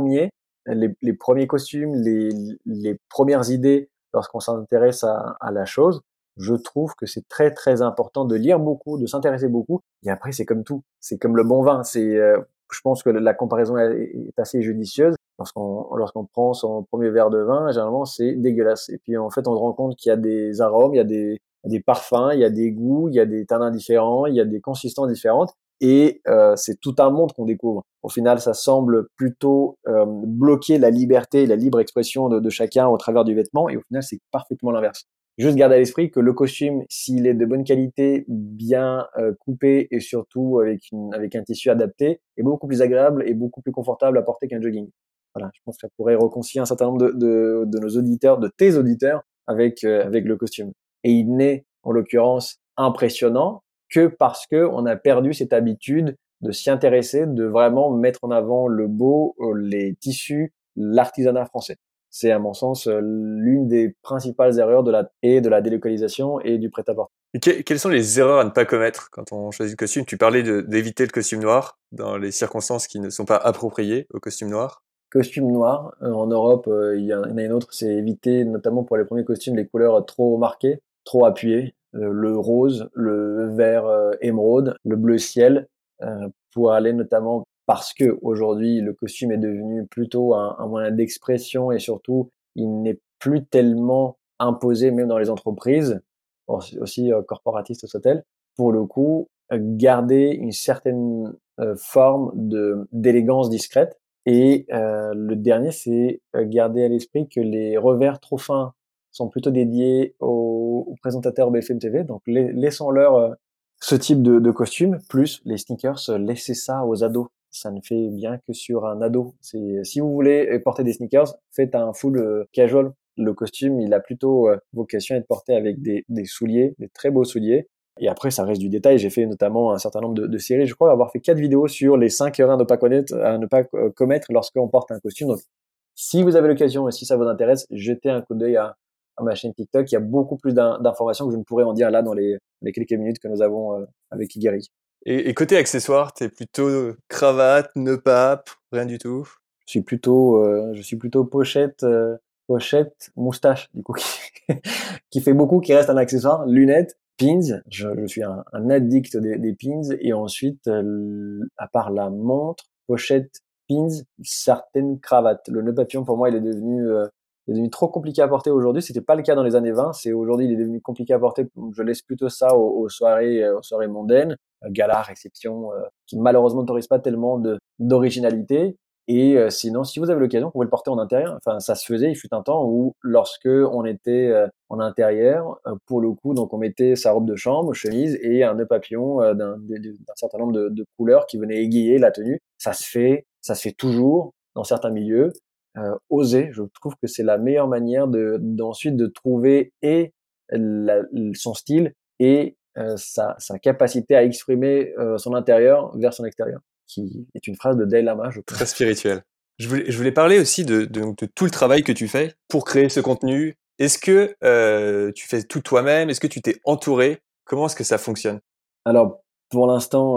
les premiers costumes, les premières idées lorsqu'on s'intéresse à la chose, je trouve que c'est très important de lire beaucoup, de s'intéresser beaucoup. Et après, c'est comme tout, c'est comme le bon vin. Je pense que la comparaison est assez judicieuse. Lorsqu'on prend son premier verre de vin, généralement c'est dégueulasse. Et puis en fait, on se rend compte qu'il y a des arômes, il y a des parfums, il y a des goûts, il y a des tanins différents, il y a des consistances différentes. Et c'est tout un monde qu'on découvre. Au final, ça semble plutôt bloquer la liberté et la libre expression de chacun au travers du vêtement. Et au final, c'est parfaitement l'inverse. Juste garder à l'esprit que le costume, s'il est de bonne qualité, bien coupé et surtout avec un tissu adapté, est beaucoup plus agréable et beaucoup plus confortable à porter qu'un jogging. Voilà, je pense que ça pourrait réconcilier un certain nombre de nos auditeurs, de tes auditeurs, avec le costume. Et il n'est, en l'occurrence, impressionnant que parce que on a perdu cette habitude de s'y intéresser, de vraiment mettre en avant le beau, les tissus, l'artisanat français. C'est, à mon sens, l'une des principales erreurs de la délocalisation et du prêt-à-porter. Quelles sont les erreurs à ne pas commettre quand on choisit le costume? Tu parlais d'éviter le costume noir dans les circonstances qui ne sont pas appropriées au costume noir. Costume noir, en Europe, il y en a une autre, c'est éviter, notamment pour les premiers costumes, les couleurs trop marquées, trop appuyées. Le rose, le vert émeraude, le bleu ciel, pour aller notamment parce que aujourd'hui le costume est devenu plutôt un moyen d'expression et surtout il n'est plus tellement imposé même dans les entreprises, aussi corporatistes soit-elle. Pour le coup, garder une certaine forme d'élégance discrète. Et le dernier, c'est garder à l'esprit que les revers trop fins sont plutôt dédiés aux présentateurs BFM TV. Donc laissons-leur ce type de costume, plus les sneakers, laissez ça aux ados. Ça ne fait bien que sur un ado. Si vous voulez porter des sneakers, faites un full casual. Le costume, il a plutôt vocation à être porté avec des souliers, des très beaux souliers. Et après, ça reste du détail. J'ai fait notamment un certain nombre de séries. Je crois avoir fait 4 vidéos sur les 5 erreurs à ne pas commettre lorsqu'on porte un costume. Donc, si vous avez l'occasion et si ça vous intéresse, jetez un coup d'œil à ma chaîne TikTok. Il y a beaucoup plus d'informations que je ne pourrais en dire là dans les quelques minutes que nous avons avec Igeri. Et côté accessoires, t'es plutôt cravate, nœud pape, rien du tout? Je suis plutôt pochette, moustache, du coup, qui fait beaucoup, qui reste un accessoire, lunettes, pins. Je suis un addict des pins. Et ensuite, à part la montre, pochette, pins, certaines cravates. Le nœud papillon, pour moi, il est devenu trop compliqué à porter aujourd'hui. C'était pas le cas dans les années 20. Aujourd'hui, il est devenu compliqué à porter. Je laisse plutôt ça aux soirées mondaines, gala, réception, qui malheureusement n'autorisent pas tellement d'originalité. Et sinon, si vous avez l'occasion, vous pouvez le porter en intérieur. Enfin, ça se faisait, il fut un temps où lorsque on était en intérieur, pour le coup, donc on mettait sa robe de chambre, chemise et un nœud papillon d'un certain nombre de couleurs qui venaient égayer la tenue. Ça se fait toujours dans certains milieux. Oser, je trouve que c'est la meilleure manière d'ensuite de trouver et son style et sa capacité à exprimer son intérieur vers son extérieur, qui est une phrase de Dalai Lama, je Très pense. spirituel. Je voulais parler aussi de tout le travail que tu fais pour créer ce contenu. Est-ce que tu fais tout toi-même? Est-ce que tu t'es entouré? Comment est-ce que ça fonctionne? Alors, pour l'instant,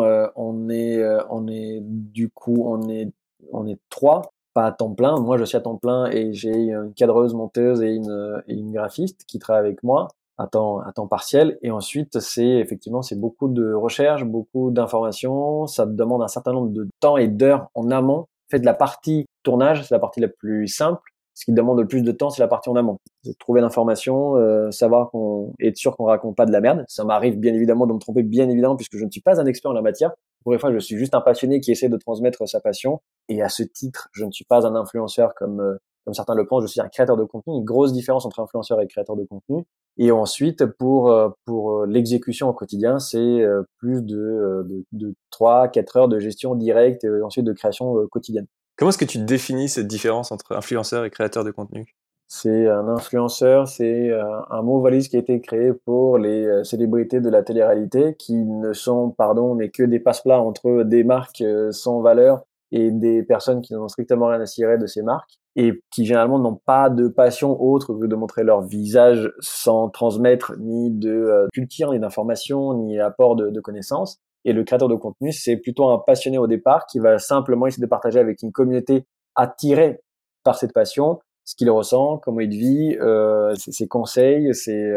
on est trois, pas à temps plein. Moi, je suis à temps plein et j'ai une cadreuse, monteuse et une graphiste qui travaille avec moi à temps partiel. Et ensuite, c'est beaucoup de recherche, beaucoup d'informations. Ça demande un certain nombre de temps et d'heures en amont. En fait, la partie tournage, c'est la partie la plus simple. Ce qui demande le plus de temps, c'est la partie en amont. C'est trouver l'information, être sûr qu'on raconte pas de la merde. Ça m'arrive bien évidemment de me tromper, bien évidemment, puisque je ne suis pas un expert en la matière. Pour une fois, je suis juste un passionné qui essaie de transmettre sa passion. Et à ce titre, je ne suis pas un influenceur comme certains le pensent. Je suis un créateur de contenu. Une grosse différence entre influenceur et créateur de contenu. Et ensuite, pour l'exécution au quotidien, c'est plus de 3-4 heures de gestion directe et ensuite de création quotidienne. Comment est-ce que tu définis cette différence entre influenceur et créateur de contenu? C'est un influenceur, c'est un mot valise qui a été créé pour les célébrités de la télé-réalité qui ne sont, pardon, mais que des passe-plats entre des marques sans valeur et des personnes qui n'ont strictement rien à cirer de ces marques et qui généralement n'ont pas de passion autre que de montrer leur visage sans transmettre ni de culture, ni d'information, ni apport de connaissances. Et le créateur de contenu, c'est plutôt un passionné au départ qui va simplement essayer de partager avec une communauté attirée par cette passion ce qu'il ressent, comment il vit, ses conseils,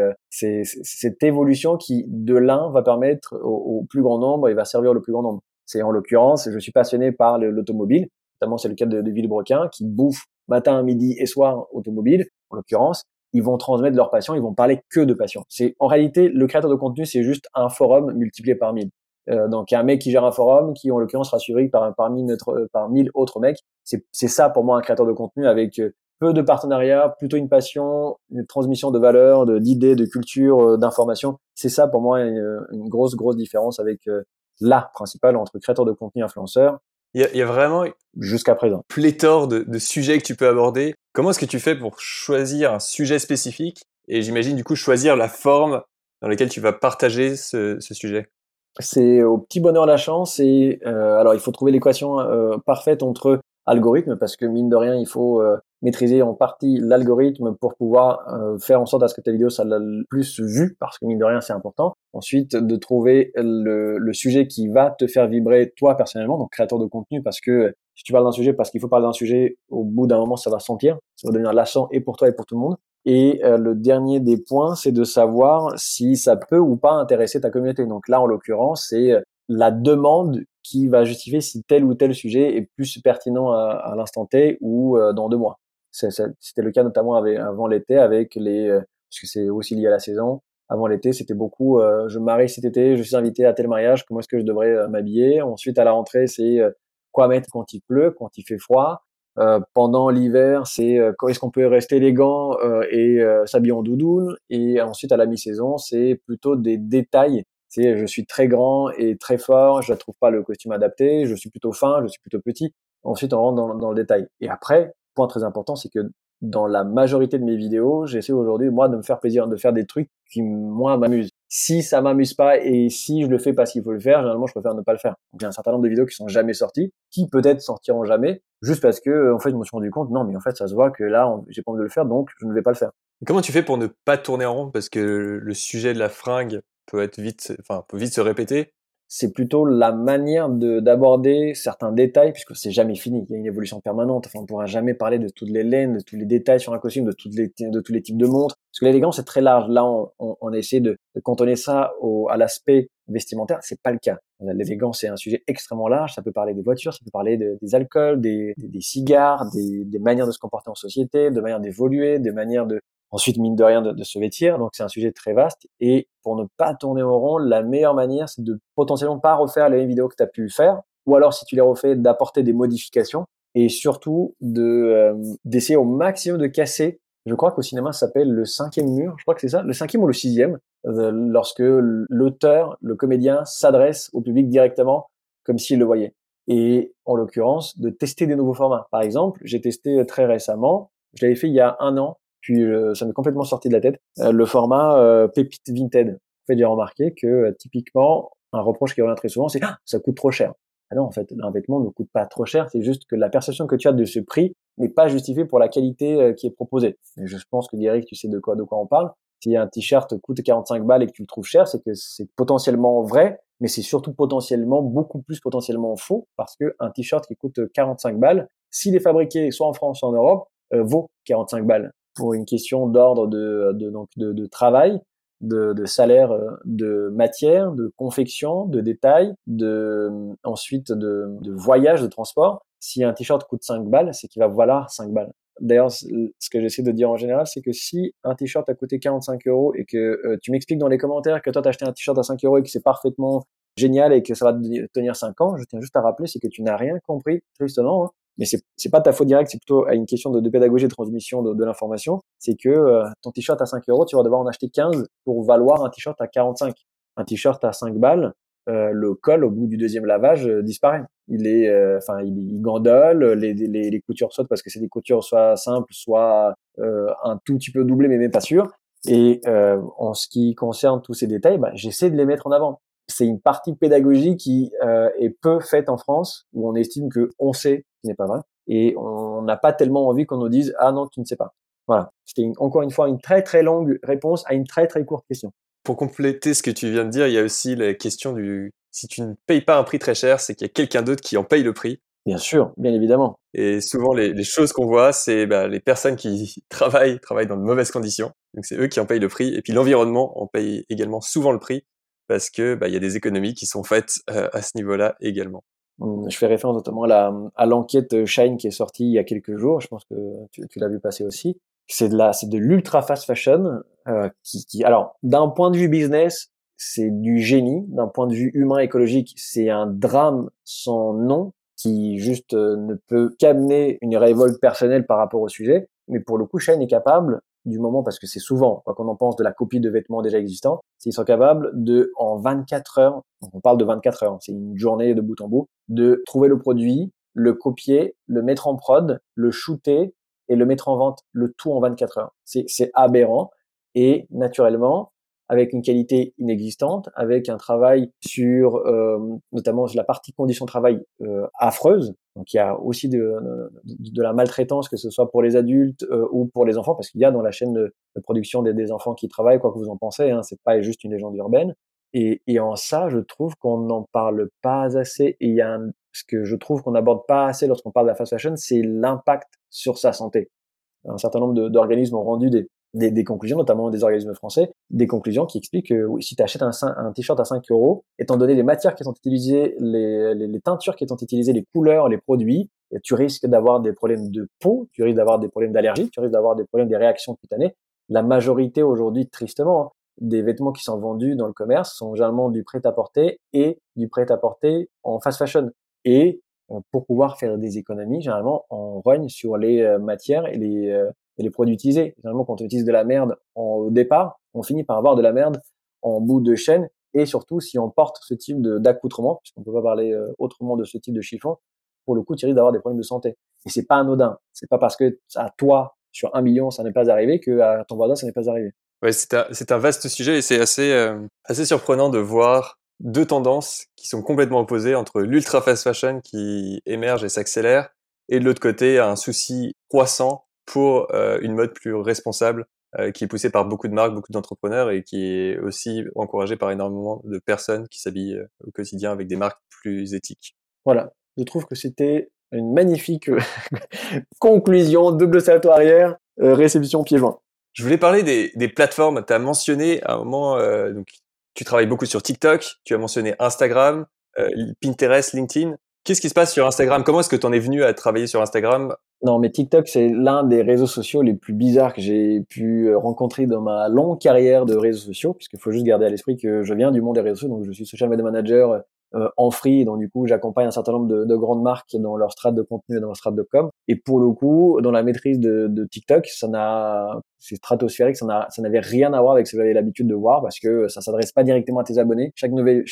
cette évolution qui, de l'un, va permettre au plus grand nombre et va servir le plus grand nombre. C'est en l'occurrence, je suis passionné par l'automobile, notamment c'est le cas de Villebrequin, qui bouffe matin, midi et soir automobile, en l'occurrence. Ils vont transmettre leur passion, ils vont parler que de passion. En réalité, le créateur de contenu, c'est juste un forum multiplié par 1000. Donc, il y a un mec qui gère un forum qui, en l'occurrence, sera suivi par 1000 autres mecs. C'est ça, pour moi, un créateur de contenu avec peu de partenariats, plutôt une passion, une transmission de valeurs, d'idées, de culture, d'informations. C'est ça pour moi une grosse différence avec l'art principal entre créateur de contenu et influenceur Il y a vraiment jusqu'à présent. pléthore de sujets que tu peux aborder. Comment est-ce que tu fais pour choisir un sujet spécifique et j'imagine du coup choisir la forme dans laquelle tu vas partager ce sujet? C'est au petit bonheur la chance et alors il faut trouver l'équation parfaite entre algorithme parce que mine de rien il faut maîtriser en partie l'algorithme pour pouvoir faire en sorte à ce que ta vidéo soit le plus vue parce que mine de rien c'est important. Ensuite de trouver le sujet qui va te faire vibrer toi personnellement, donc créateur de contenu parce que si tu parles d'un sujet parce qu'il faut parler d'un sujet, au bout d'un moment ça va sentir, ça va devenir lassant et pour toi et pour tout le monde. Et le dernier des points, c'est de savoir si ça peut ou pas intéresser ta communauté. Donc là, en l'occurrence, c'est la demande qui va justifier si tel ou tel sujet est plus pertinent à l'instant T ou dans 2 mois. C'était le cas notamment avant l'été avec parce que c'est aussi lié à la saison. Avant l'été, c'était beaucoup je me marie cet été, je suis invité à tel mariage, comment est-ce que je devrais m'habiller. Ensuite, à la rentrée, c'est quoi mettre quand il pleut, quand il fait froid. Pendant l'hiver, c'est quand est-ce qu'on peut rester élégant et s'habiller en doudoune. Et ensuite, à la mi-saison, c'est plutôt des détails. C'est je suis très grand et très fort, je ne trouve pas le costume adapté, je suis plutôt fin, je suis plutôt petit. Ensuite, on rentre dans le détail. Et après, point très important, c'est que dans la majorité de mes vidéos, j'essaie aujourd'hui, moi, de me faire plaisir, de faire des trucs qui, moi, m'amusent. Si ça m'amuse pas et si je le fais parce qu'il faut le faire, généralement, je préfère ne pas le faire. Donc, il y a un certain nombre de vidéos qui sont jamais sorties, qui peut-être sortiront jamais, juste parce que, en fait, je me suis rendu compte, non, mais en fait, ça se voit que là, j'ai pas envie de le faire, donc je ne vais pas le faire. Et comment tu fais pour ne pas tourner en rond? Parce que le sujet de la fringue peut vite se répéter. C'est plutôt la manière d'aborder certains détails, puisque c'est jamais fini. Il y a une évolution permanente. Enfin, on pourra jamais parler de toutes les laines, de tous les détails sur un costume, de tous les types de montres. Parce que l'élégance, c'est très large. Là, on essaie de cantonner ça à l'aspect vestimentaire. C'est pas le cas. L'élégance, c'est un sujet extrêmement large. Ça peut parler des voitures, ça peut parler des alcools, des cigares, des manières de se comporter en société, de manières d'évoluer, des manières ensuite, mine de rien, de se vêtir. Donc, c'est un sujet très vaste. Et pour ne pas tourner au rond, la meilleure manière, c'est de potentiellement pas refaire les mêmes vidéos que tu as pu faire. Ou alors, si tu les refais, d'apporter des modifications. et surtout d'essayer au maximum de casser. Je crois qu'au cinéma, ça s'appelle le cinquième mur. Je crois que c'est ça, le cinquième ou le sixième, lorsque l'auteur, le comédien s'adresse au public directement comme s'il le voyait. Et en l'occurrence, de tester des nouveaux formats. Par exemple, j'ai testé très récemment, je l'avais fait il y a un an, puis ça m'est complètement sorti de la tête, le format Pépite Vinted. En fait, j'ai remarqué que typiquement, un reproche qui revient très souvent, c'est ça coûte trop cher. Ah non, en fait, un vêtement ne coûte pas trop cher, c'est juste que la perception que tu as de ce prix n'est pas justifiée pour la qualité qui est proposée. Et je pense que Guéric, tu sais de quoi on parle. Si un t-shirt coûte 45 balles et que tu le trouves cher, c'est que c'est potentiellement vrai, mais c'est surtout potentiellement, beaucoup plus potentiellement faux, parce que un t-shirt qui coûte 45 balles, s'il est fabriqué soit en France, soit en Europe, vaut 45 balles. Pour une question d'ordre de travail, de salaire, de matière, de confection, de détail, ensuite de voyage, de transport. Si un t-shirt coûte 5 balles, c'est qu'il va valoir 5 balles. D'ailleurs, ce que j'essaie de dire en général, c'est que si un t-shirt a coûté 45 euros et que tu m'expliques dans les commentaires que toi t'as acheté un t-shirt à 5 euros et que c'est parfaitement génial et que ça va tenir 5 ans, je tiens juste à rappeler, c'est que tu n'as rien compris, tristement, hein. Mais c'est pas ta faute directe, c'est plutôt à une question de pédagogie et de transmission de l'information. C'est que ton t-shirt à 5 euros, tu vas devoir en acheter 15 pour valoir un t-shirt à 45. Un t-shirt à 5 balles, le col au bout du deuxième lavage disparaît. Il gondole, les coutures sautent parce que c'est des coutures soit simples, soit un tout petit peu doublées, mais même pas sûr. Et en ce qui concerne tous ces détails, j'essaie de les mettre en avant. C'est une partie pédagogie qui est peu faite en France, où on estime que on sait, ce qui n'est pas vrai, et on n'a pas tellement envie qu'on nous dise ah non, tu ne sais pas. Voilà. C'était encore une fois une très très longue réponse à une très très courte question. Pour compléter ce que tu viens de dire, il y a aussi la question du si tu ne payes pas un prix très cher, c'est qu'il y a quelqu'un d'autre qui en paye le prix. Bien sûr, bien évidemment. Et souvent, les choses qu'on voit, c'est les personnes qui travaillent dans de mauvaises conditions. Donc, c'est eux qui en payent le prix. Et puis, l'environnement en paye également souvent le prix parce que il y a des économies qui sont faites à ce niveau-là également. Je fais référence notamment à l'enquête Shine qui est sortie il y a quelques jours. Je pense que tu l'as vu passer aussi. C'est de l'ultra fast fashion alors d'un point de vue business, c'est du génie. D'un point de vue humain écologique, c'est un drame sans nom qui juste ne peut qu'amener une révolte personnelle par rapport au sujet. Mais pour le coup, Shine est capable, du moment, parce que c'est souvent, quoi qu'on en pense, de la copie de vêtements déjà existants, ils sont capables de, en 24 heures, donc on parle de 24 heures, c'est une journée de bout en bout, de trouver le produit, le copier, le mettre en prod, le shooter et le mettre en vente, le tout en 24 heures. C'est aberrant. Et naturellement, avec une qualité inexistante, avec un travail sur notamment sur la partie conditions de travail affreuse. Donc il y a aussi de la maltraitance, que ce soit pour les adultes ou pour les enfants, parce qu'il y a dans la chaîne de production des enfants qui travaillent, quoi que vous en pensez, hein, c'est pas juste une légende urbaine. Et en ça, je trouve qu'on n'en parle pas assez. Et il y a ce que je trouve qu'on n'aborde pas assez lorsqu'on parle de la fast fashion, c'est l'impact sur sa santé. Un certain nombre d'organismes ont rendu des conclusions, notamment des organismes français, des conclusions qui expliquent que oui, si tu achètes un t-shirt à 5 euros, étant donné les matières qui sont utilisées, les teintures qui sont utilisées, les couleurs, les produits, tu risques d'avoir des problèmes de peau, tu risques d'avoir des problèmes d'allergie, tu risques d'avoir des problèmes des réactions cutanées. La majorité aujourd'hui, tristement, hein, des vêtements qui sont vendus dans le commerce sont généralement du prêt-à-porter et du prêt-à-porter en fast fashion. Et pour pouvoir faire des économies, généralement, on rogne sur les matières et les produits utilisés. Généralement, quand on utilise de la merde au départ, on finit par avoir de la merde en bout de chaîne. Et surtout, si on porte ce type d'accoutrement, puisqu'on ne peut pas parler autrement de ce type de chiffon, pour le coup, tu risques d'avoir des problèmes de santé. Et c'est pas anodin. C'est pas parce que à toi, sur 1 million, ça n'est pas arrivé, que à ton voisin, ça n'est pas arrivé. Ouais, c'est un vaste sujet et c'est assez surprenant de voir deux tendances qui sont complètement opposées entre l'ultra fast fashion qui émerge et s'accélère et de l'autre côté un souci croissant pour une mode plus responsable qui est poussée par beaucoup de marques, beaucoup d'entrepreneurs et qui est aussi encouragée par énormément de personnes qui s'habillent au quotidien avec des marques plus éthiques. Voilà. Je trouve que c'était une magnifique conclusion, double salto arrière, réception pieds joints. Je voulais parler des plateformes. Tu as mentionné à un moment, donc tu travailles beaucoup sur TikTok, tu as mentionné Instagram, Pinterest, LinkedIn. Qu'est-ce qui se passe sur Instagram? Comment est-ce que tu en es venu à travailler sur Instagram? Non, mais TikTok, c'est l'un des réseaux sociaux les plus bizarres que j'ai pu rencontrer dans ma longue carrière de réseaux sociaux, puisqu'il faut juste garder à l'esprit que je viens du monde des réseaux sociaux, donc je suis social media manager en free. Donc du coup, j'accompagne un certain nombre de grandes marques dans leur strate de contenu et dans leur strate de com. Et pour le coup, dans la maîtrise de TikTok, c'est stratosphérique, ça n'avait rien à voir avec ce que j'avais l'habitude de voir parce que ça s'adresse pas directement à tes abonnés. Chaque nouvelle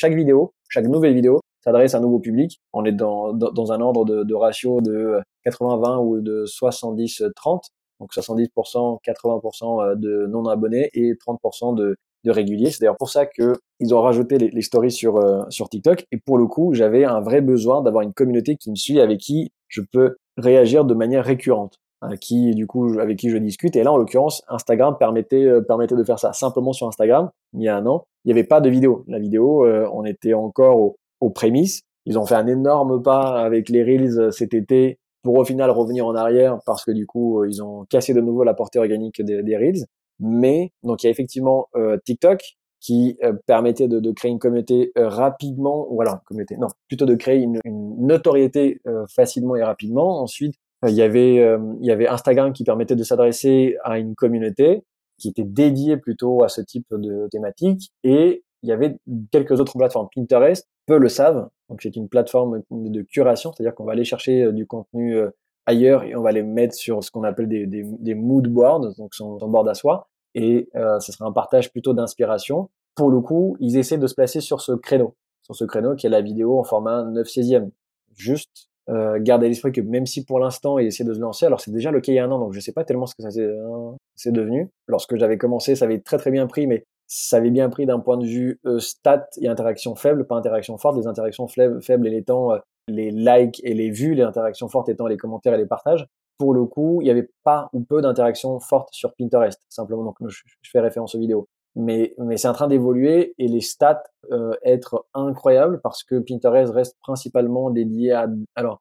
vidéo s'adresse à un nouveau public. On est dans un ordre de ratio de 80-20 ou de 70-30. Donc 70%, 80% de non-abonnés et 30% de réguliers. C'est d'ailleurs pour ça que ils ont rajouté les stories sur TikTok. Et pour le coup, j'avais un vrai besoin d'avoir une communauté qui me suit, avec qui je peux réagir de manière récurrente, avec qui je discute. Et là, en l'occurrence, Instagram permettait de faire ça. Simplement sur Instagram, il y a un an, il n'y avait pas de vidéo. La vidéo, on était encore aux prémices. Ils ont fait un énorme pas avec les Reels cet été pour au final revenir en arrière parce que du coup, ils ont cassé de nouveau la portée organique des Reels. Mais donc il y a effectivement TikTok qui permettait de créer une communauté rapidement, ou alors communauté, non, plutôt de créer une notoriété facilement et rapidement. Ensuite, il y avait Instagram qui permettait de s'adresser à une communauté qui était dédiée plutôt à ce type de thématique, et il y avait quelques autres plateformes. Pinterest, peu le savent, donc c'est une plateforme de curation, c'est-à-dire qu'on va aller chercher du contenu ailleurs et on va les mettre sur ce qu'on appelle des mood boards, donc son board à soi, et ce sera un partage plutôt d'inspiration. Pour le coup, ils essaient de se placer sur ce créneau qui est la vidéo en format 9/16e. Juste garder à l'esprit que même si pour l'instant ils essaient de se lancer, alors c'est déjà le cas il y a un an, donc je sais pas tellement ce que ça c'est devenu. Lorsque j'avais commencé, ça avait très très bien pris, mais ça avait bien pris d'un point de vue stats et interaction faible, pas interaction forte. Les interactions faibles et étant les likes et les vues, les interactions fortes étant les commentaires et les partages. Pour le coup, il n'y avait pas ou peu d'interactions fortes sur Pinterest, simplement. Donc, je fais référence aux vidéos. Mais c'est en train d'évoluer et les stats être incroyables parce que Pinterest reste principalement dédié à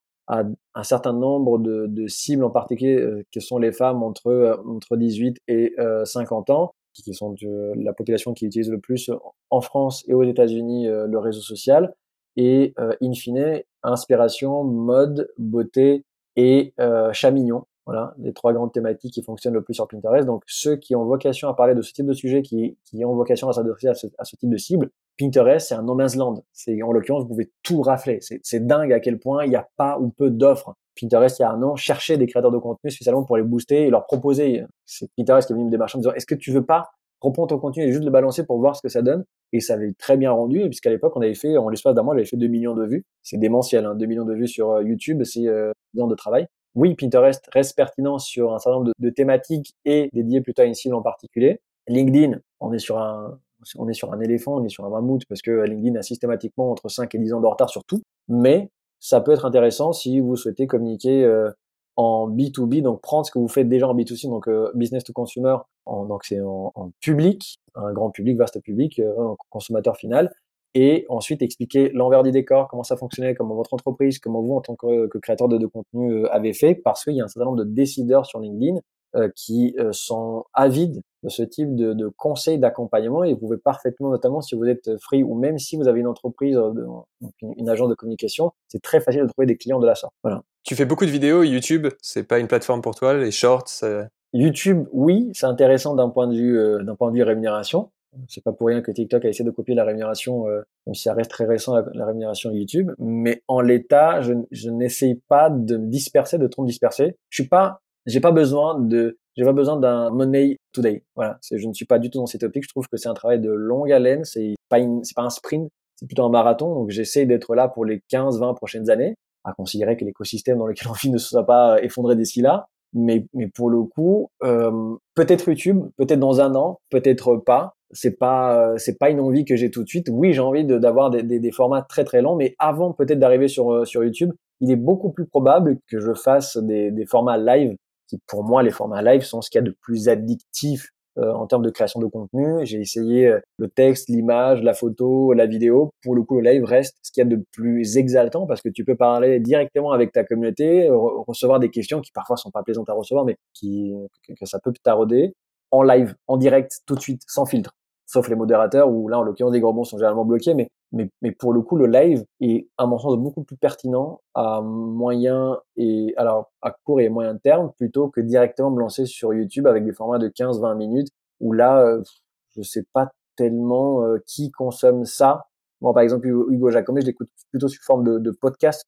un certain nombre de cibles en particulier que sont les femmes entre 18 et 50 ans, qui sont la population qui utilise le plus en France et aux États-Unis le réseau social, et in fine inspiration, mode, beauté et chat mignon. Voilà, les trois grandes thématiques qui fonctionnent le plus sur Pinterest. Donc, ceux qui ont vocation à parler de ce type de sujet, qui ont vocation à s'adresser à ce type de cible, Pinterest, c'est un no man's land. En l'occurrence, vous pouvez tout rafler. C'est dingue à quel point il n'y a pas ou peu d'offres. Pinterest, il y a un an, cherchait des créateurs de contenu spécialement pour les booster et leur proposer. C'est Pinterest qui est venu me démarcher en me disant, est-ce que tu veux pas reprendre ton contenu et juste le balancer pour voir ce que ça donne? Et ça avait très bien rendu, puisqu'à l'époque, on avait fait, en l'espace d'un mois, j'avais fait 2 millions de vues. C'est démentiel, hein, 2 millions de vues sur YouTube, c'est 10 ans de travail. Oui, Pinterest reste pertinent sur un certain nombre de thématiques et dédié plutôt à une cible en particulier. LinkedIn, on est sur un éléphant, on est sur un mammouth, parce que LinkedIn a systématiquement entre 5 et 10 ans de retard sur tout. Mais ça peut être intéressant si vous souhaitez communiquer en B2B, donc prendre ce que vous faites déjà en B2C, donc business to consumer, donc c'est en public, un grand public, vaste public, consommateur final, et ensuite expliquer l'envers du décor, comment ça fonctionnait, comment votre entreprise, comment vous en tant que créateur de contenu avez fait, parce qu'il y a un certain nombre de décideurs sur LinkedIn qui sont avides de ce type de conseils d'accompagnement, et vous pouvez parfaitement, notamment si vous êtes free ou même si vous avez une entreprise, une agence de communication, c'est très facile de trouver des clients de la sorte. Voilà. Tu fais beaucoup de vidéos, YouTube, c'est pas une plateforme pour toi, les shorts YouTube, oui, c'est intéressant d'un point de vue rémunération. C'est pas pour rien que TikTok a essayé de copier la rémunération, même si ça reste très récent la rémunération YouTube. Mais en l'état, je n'essaye pas de me disperser, de trop me disperser. J'ai pas besoin d'un money today. Voilà, je ne suis pas du tout dans cette optique. Je trouve que c'est un travail de longue haleine. C'est pas un sprint, c'est plutôt un marathon. Donc j'essaie d'être là pour les 15-20 prochaines années, à considérer que l'écosystème dans lequel on vit ne soit pas effondré d'ici là. Mais pour le coup, peut-être YouTube, peut-être dans un an, peut-être pas. C'est pas une envie que j'ai tout de suite. Oui, j'ai envie d'avoir des formats très très longs, mais avant peut-être d'arriver sur YouTube, il est beaucoup plus probable que je fasse des formats live, qui pour moi les formats live sont ce qu'il y a de plus addictif en termes de création de contenu. J'ai essayé le texte, l'image, la photo, la vidéo. Pour le coup, le live reste ce qu'il y a de plus exaltant, parce que tu peux parler directement avec ta communauté, recevoir des questions qui parfois sont pas plaisantes à recevoir, mais que ça peut tarauder en live, en direct, tout de suite, sans filtre. Sauf les modérateurs, où là, en l'occurrence, des gros bons sont généralement bloqués, mais pour le coup, le live est, à mon sens, beaucoup plus pertinent à court et moyen terme, plutôt que directement me lancer sur YouTube avec des formats de 15-20 minutes, où là, je sais pas tellement qui consomme ça Moi, par exemple, Hugo Jacomet, je l'écoute plutôt sous forme de podcast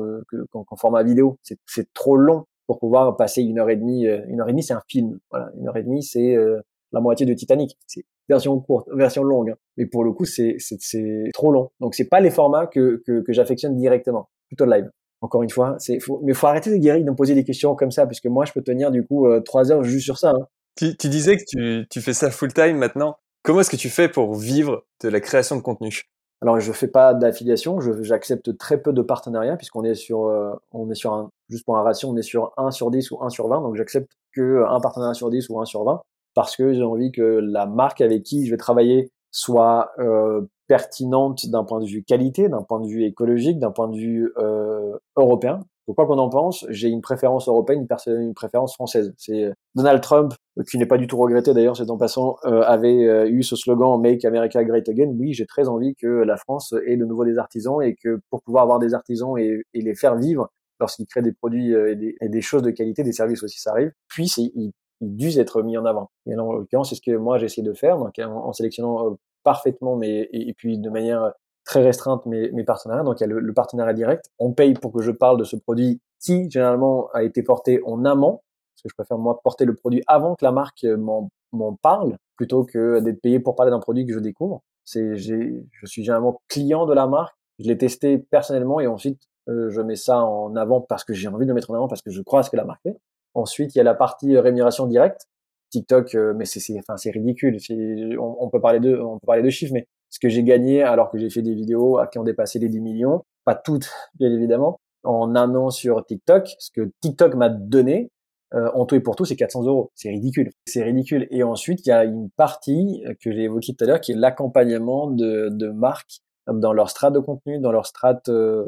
qu'en format vidéo. C'est trop long pour pouvoir passer 1 heure et demie. 1 heure et demie, c'est un film. Voilà, 1 heure et demie, c'est la moitié de Titanic. C'est version courte, version longue. Hein. Mais pour le coup, c'est trop long. Donc, c'est pas les formats que j'affectionne directement. Plutôt live. Encore une fois, mais faut arrêter de me poser des questions comme ça, puisque moi, je peux tenir du coup 3 heures juste sur ça. Hein. Tu disais que tu fais ça full time maintenant. Comment est-ce que tu fais pour vivre de la création de contenu? Alors, je fais pas d'affiliation, j'accepte très peu de partenariats, puisqu'on est sur juste pour un ratio, on est sur 1/10 ou 1/20, donc j'accepte que un partenariat sur 10 ou 1/20, parce que j'ai envie que la marque avec qui je vais travailler soit pertinente d'un point de vue qualité, d'un point de vue écologique, d'un point de vue européen. Donc, quoi qu'on en pense, j'ai une préférence européenne, une préférence française. C'est Donald Trump, qui n'est pas du tout regretté d'ailleurs, c'est en passant, avait eu ce slogan Make America Great Again. Oui, j'ai très envie que la France ait de nouveau des artisans et que pour pouvoir avoir des artisans et les faire vivre lorsqu'ils créent des produits et des choses de qualité, des services aussi, ça arrive, ils dû être mis en avant. Et en l'occurrence, c'est ce que moi j'essaie de faire, donc en sélectionnant parfaitement, et puis de manière très restreinte mes partenariats. Donc il y a le partenariat direct. On paye pour que je parle de ce produit qui généralement a été porté en amont, parce que je préfère moi porter le produit avant que la marque m'en parle, plutôt que d'être payé pour parler d'un produit que je découvre. Je suis généralement client de la marque, je l'ai testé personnellement et ensuite je mets ça en avant parce que j'ai envie de le mettre en avant, parce que je crois à ce que la marque fait. Ensuite, il y a la partie rémunération directe. TikTok, mais c'est ridicule. On peut parler de chiffres, mais ce que j'ai gagné alors que j'ai fait des vidéos qui ont dépassé les 10 millions, pas toutes, bien évidemment, en un an sur TikTok, ce que TikTok m'a donné, en tout et pour tout, c'est 400 euros. C'est ridicule. C'est ridicule. Et ensuite, il y a une partie que j'ai évoquée tout à l'heure, qui est l'accompagnement de marques dans leur strate de contenu, dans leur strate,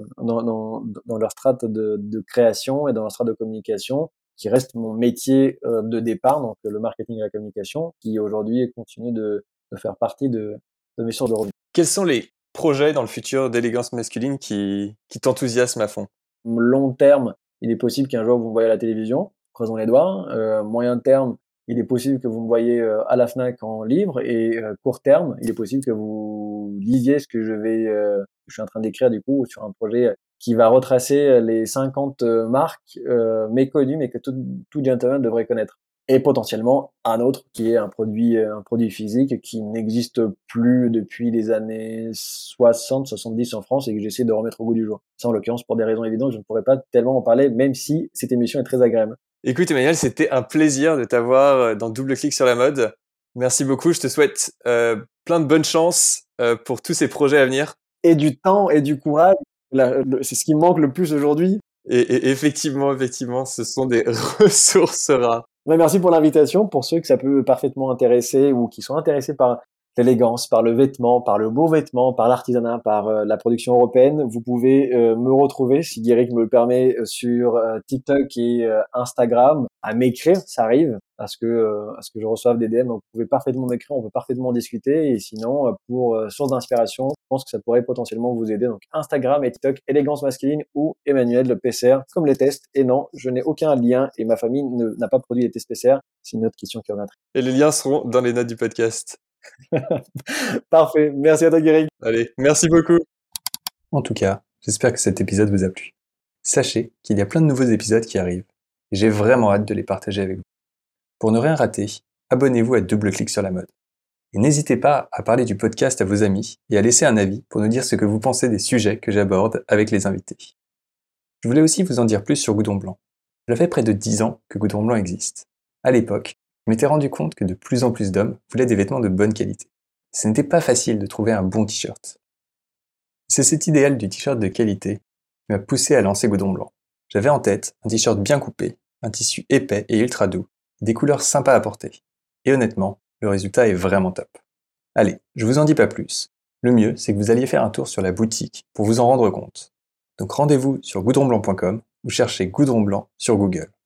dans leur strate de création et dans leur strate de communication, qui reste mon métier de départ, donc le marketing et la communication, qui aujourd'hui continue de faire partie de mes sources de revenus. Quels sont les projets dans le futur d'Élégance Masculine qui t'enthousiasment à fond? Long terme, il est possible qu'un jour vous me voyez à la télévision, croisons les doigts. Moyen terme, il est possible que vous me voyez à la Fnac en livre, et court terme, il est possible que vous lisiez ce que je suis en train d'écrire du coup sur un projet qui va retracer les 50 marques méconnues mais que tout gentleman devrait connaître. Et potentiellement un autre qui est un produit physique qui n'existe plus depuis les années 60-70 en France et que j'essaie de remettre au goût du jour. Ça, en l'occurrence, pour des raisons évidentes, je ne pourrais pas tellement en parler, même si cette émission est très agréable. Écoute Emmanuel, c'était un plaisir de t'avoir dans Double Clic sur la mode. Merci beaucoup, je te souhaite plein de bonne chance pour tous ces projets à venir. Et du temps et du courage, c'est ce qui me manque le plus aujourd'hui. Et effectivement, ce sont des ressources rares. Ouais, merci pour l'invitation. Pour ceux que ça peut parfaitement intéresser ou qui sont intéressés par l'élégance, par le vêtement, par le beau vêtement, par l'artisanat, par la production européenne, vous pouvez me retrouver, si Guéric me le permet, sur TikTok et Instagram, à m'écrire, ça arrive, à ce que je reçoive des DM. Donc, vous pouvez parfaitement m'écrire, on peut parfaitement discuter. Et sinon, pour source d'inspiration, je pense que ça pourrait potentiellement vous aider. Donc, Instagram et TikTok, Élégance Masculine ou Emmanuel le PCR, comme les tests. Et non, je n'ai aucun lien et ma famille n'a pas produit les tests PCR. C'est une autre question qui reviendra. Et les liens seront dans les notes du podcast. Parfait. Merci à toi, Guéric. Allez, merci beaucoup. En tout cas, j'espère que cet épisode vous a plu. Sachez qu'il y a plein de nouveaux épisodes qui arrivent et j'ai vraiment hâte de les partager avec vous. Pour ne rien rater, abonnez-vous à Double Clic sur la mode. Et n'hésitez pas à parler du podcast à vos amis et à laisser un avis pour nous dire ce que vous pensez des sujets que j'aborde avec les invités. Je voulais aussi vous en dire plus sur Goudron Blanc. Cela fait près de 10 ans que Goudron Blanc existe. À l'époque, je m'étais rendu compte que de plus en plus d'hommes voulaient des vêtements de bonne qualité. Ce n'était pas facile de trouver un bon t-shirt. C'est cet idéal du t-shirt de qualité qui m'a poussé à lancer Goudron Blanc. J'avais en tête un t-shirt bien coupé, un tissu épais et ultra doux, des couleurs sympas à porter. Et honnêtement, le résultat est vraiment top. Allez, je vous en dis pas plus. Le mieux, c'est que vous alliez faire un tour sur la boutique pour vous en rendre compte. Donc rendez-vous sur goudronblanc.com ou cherchez Goudron Blanc sur Google.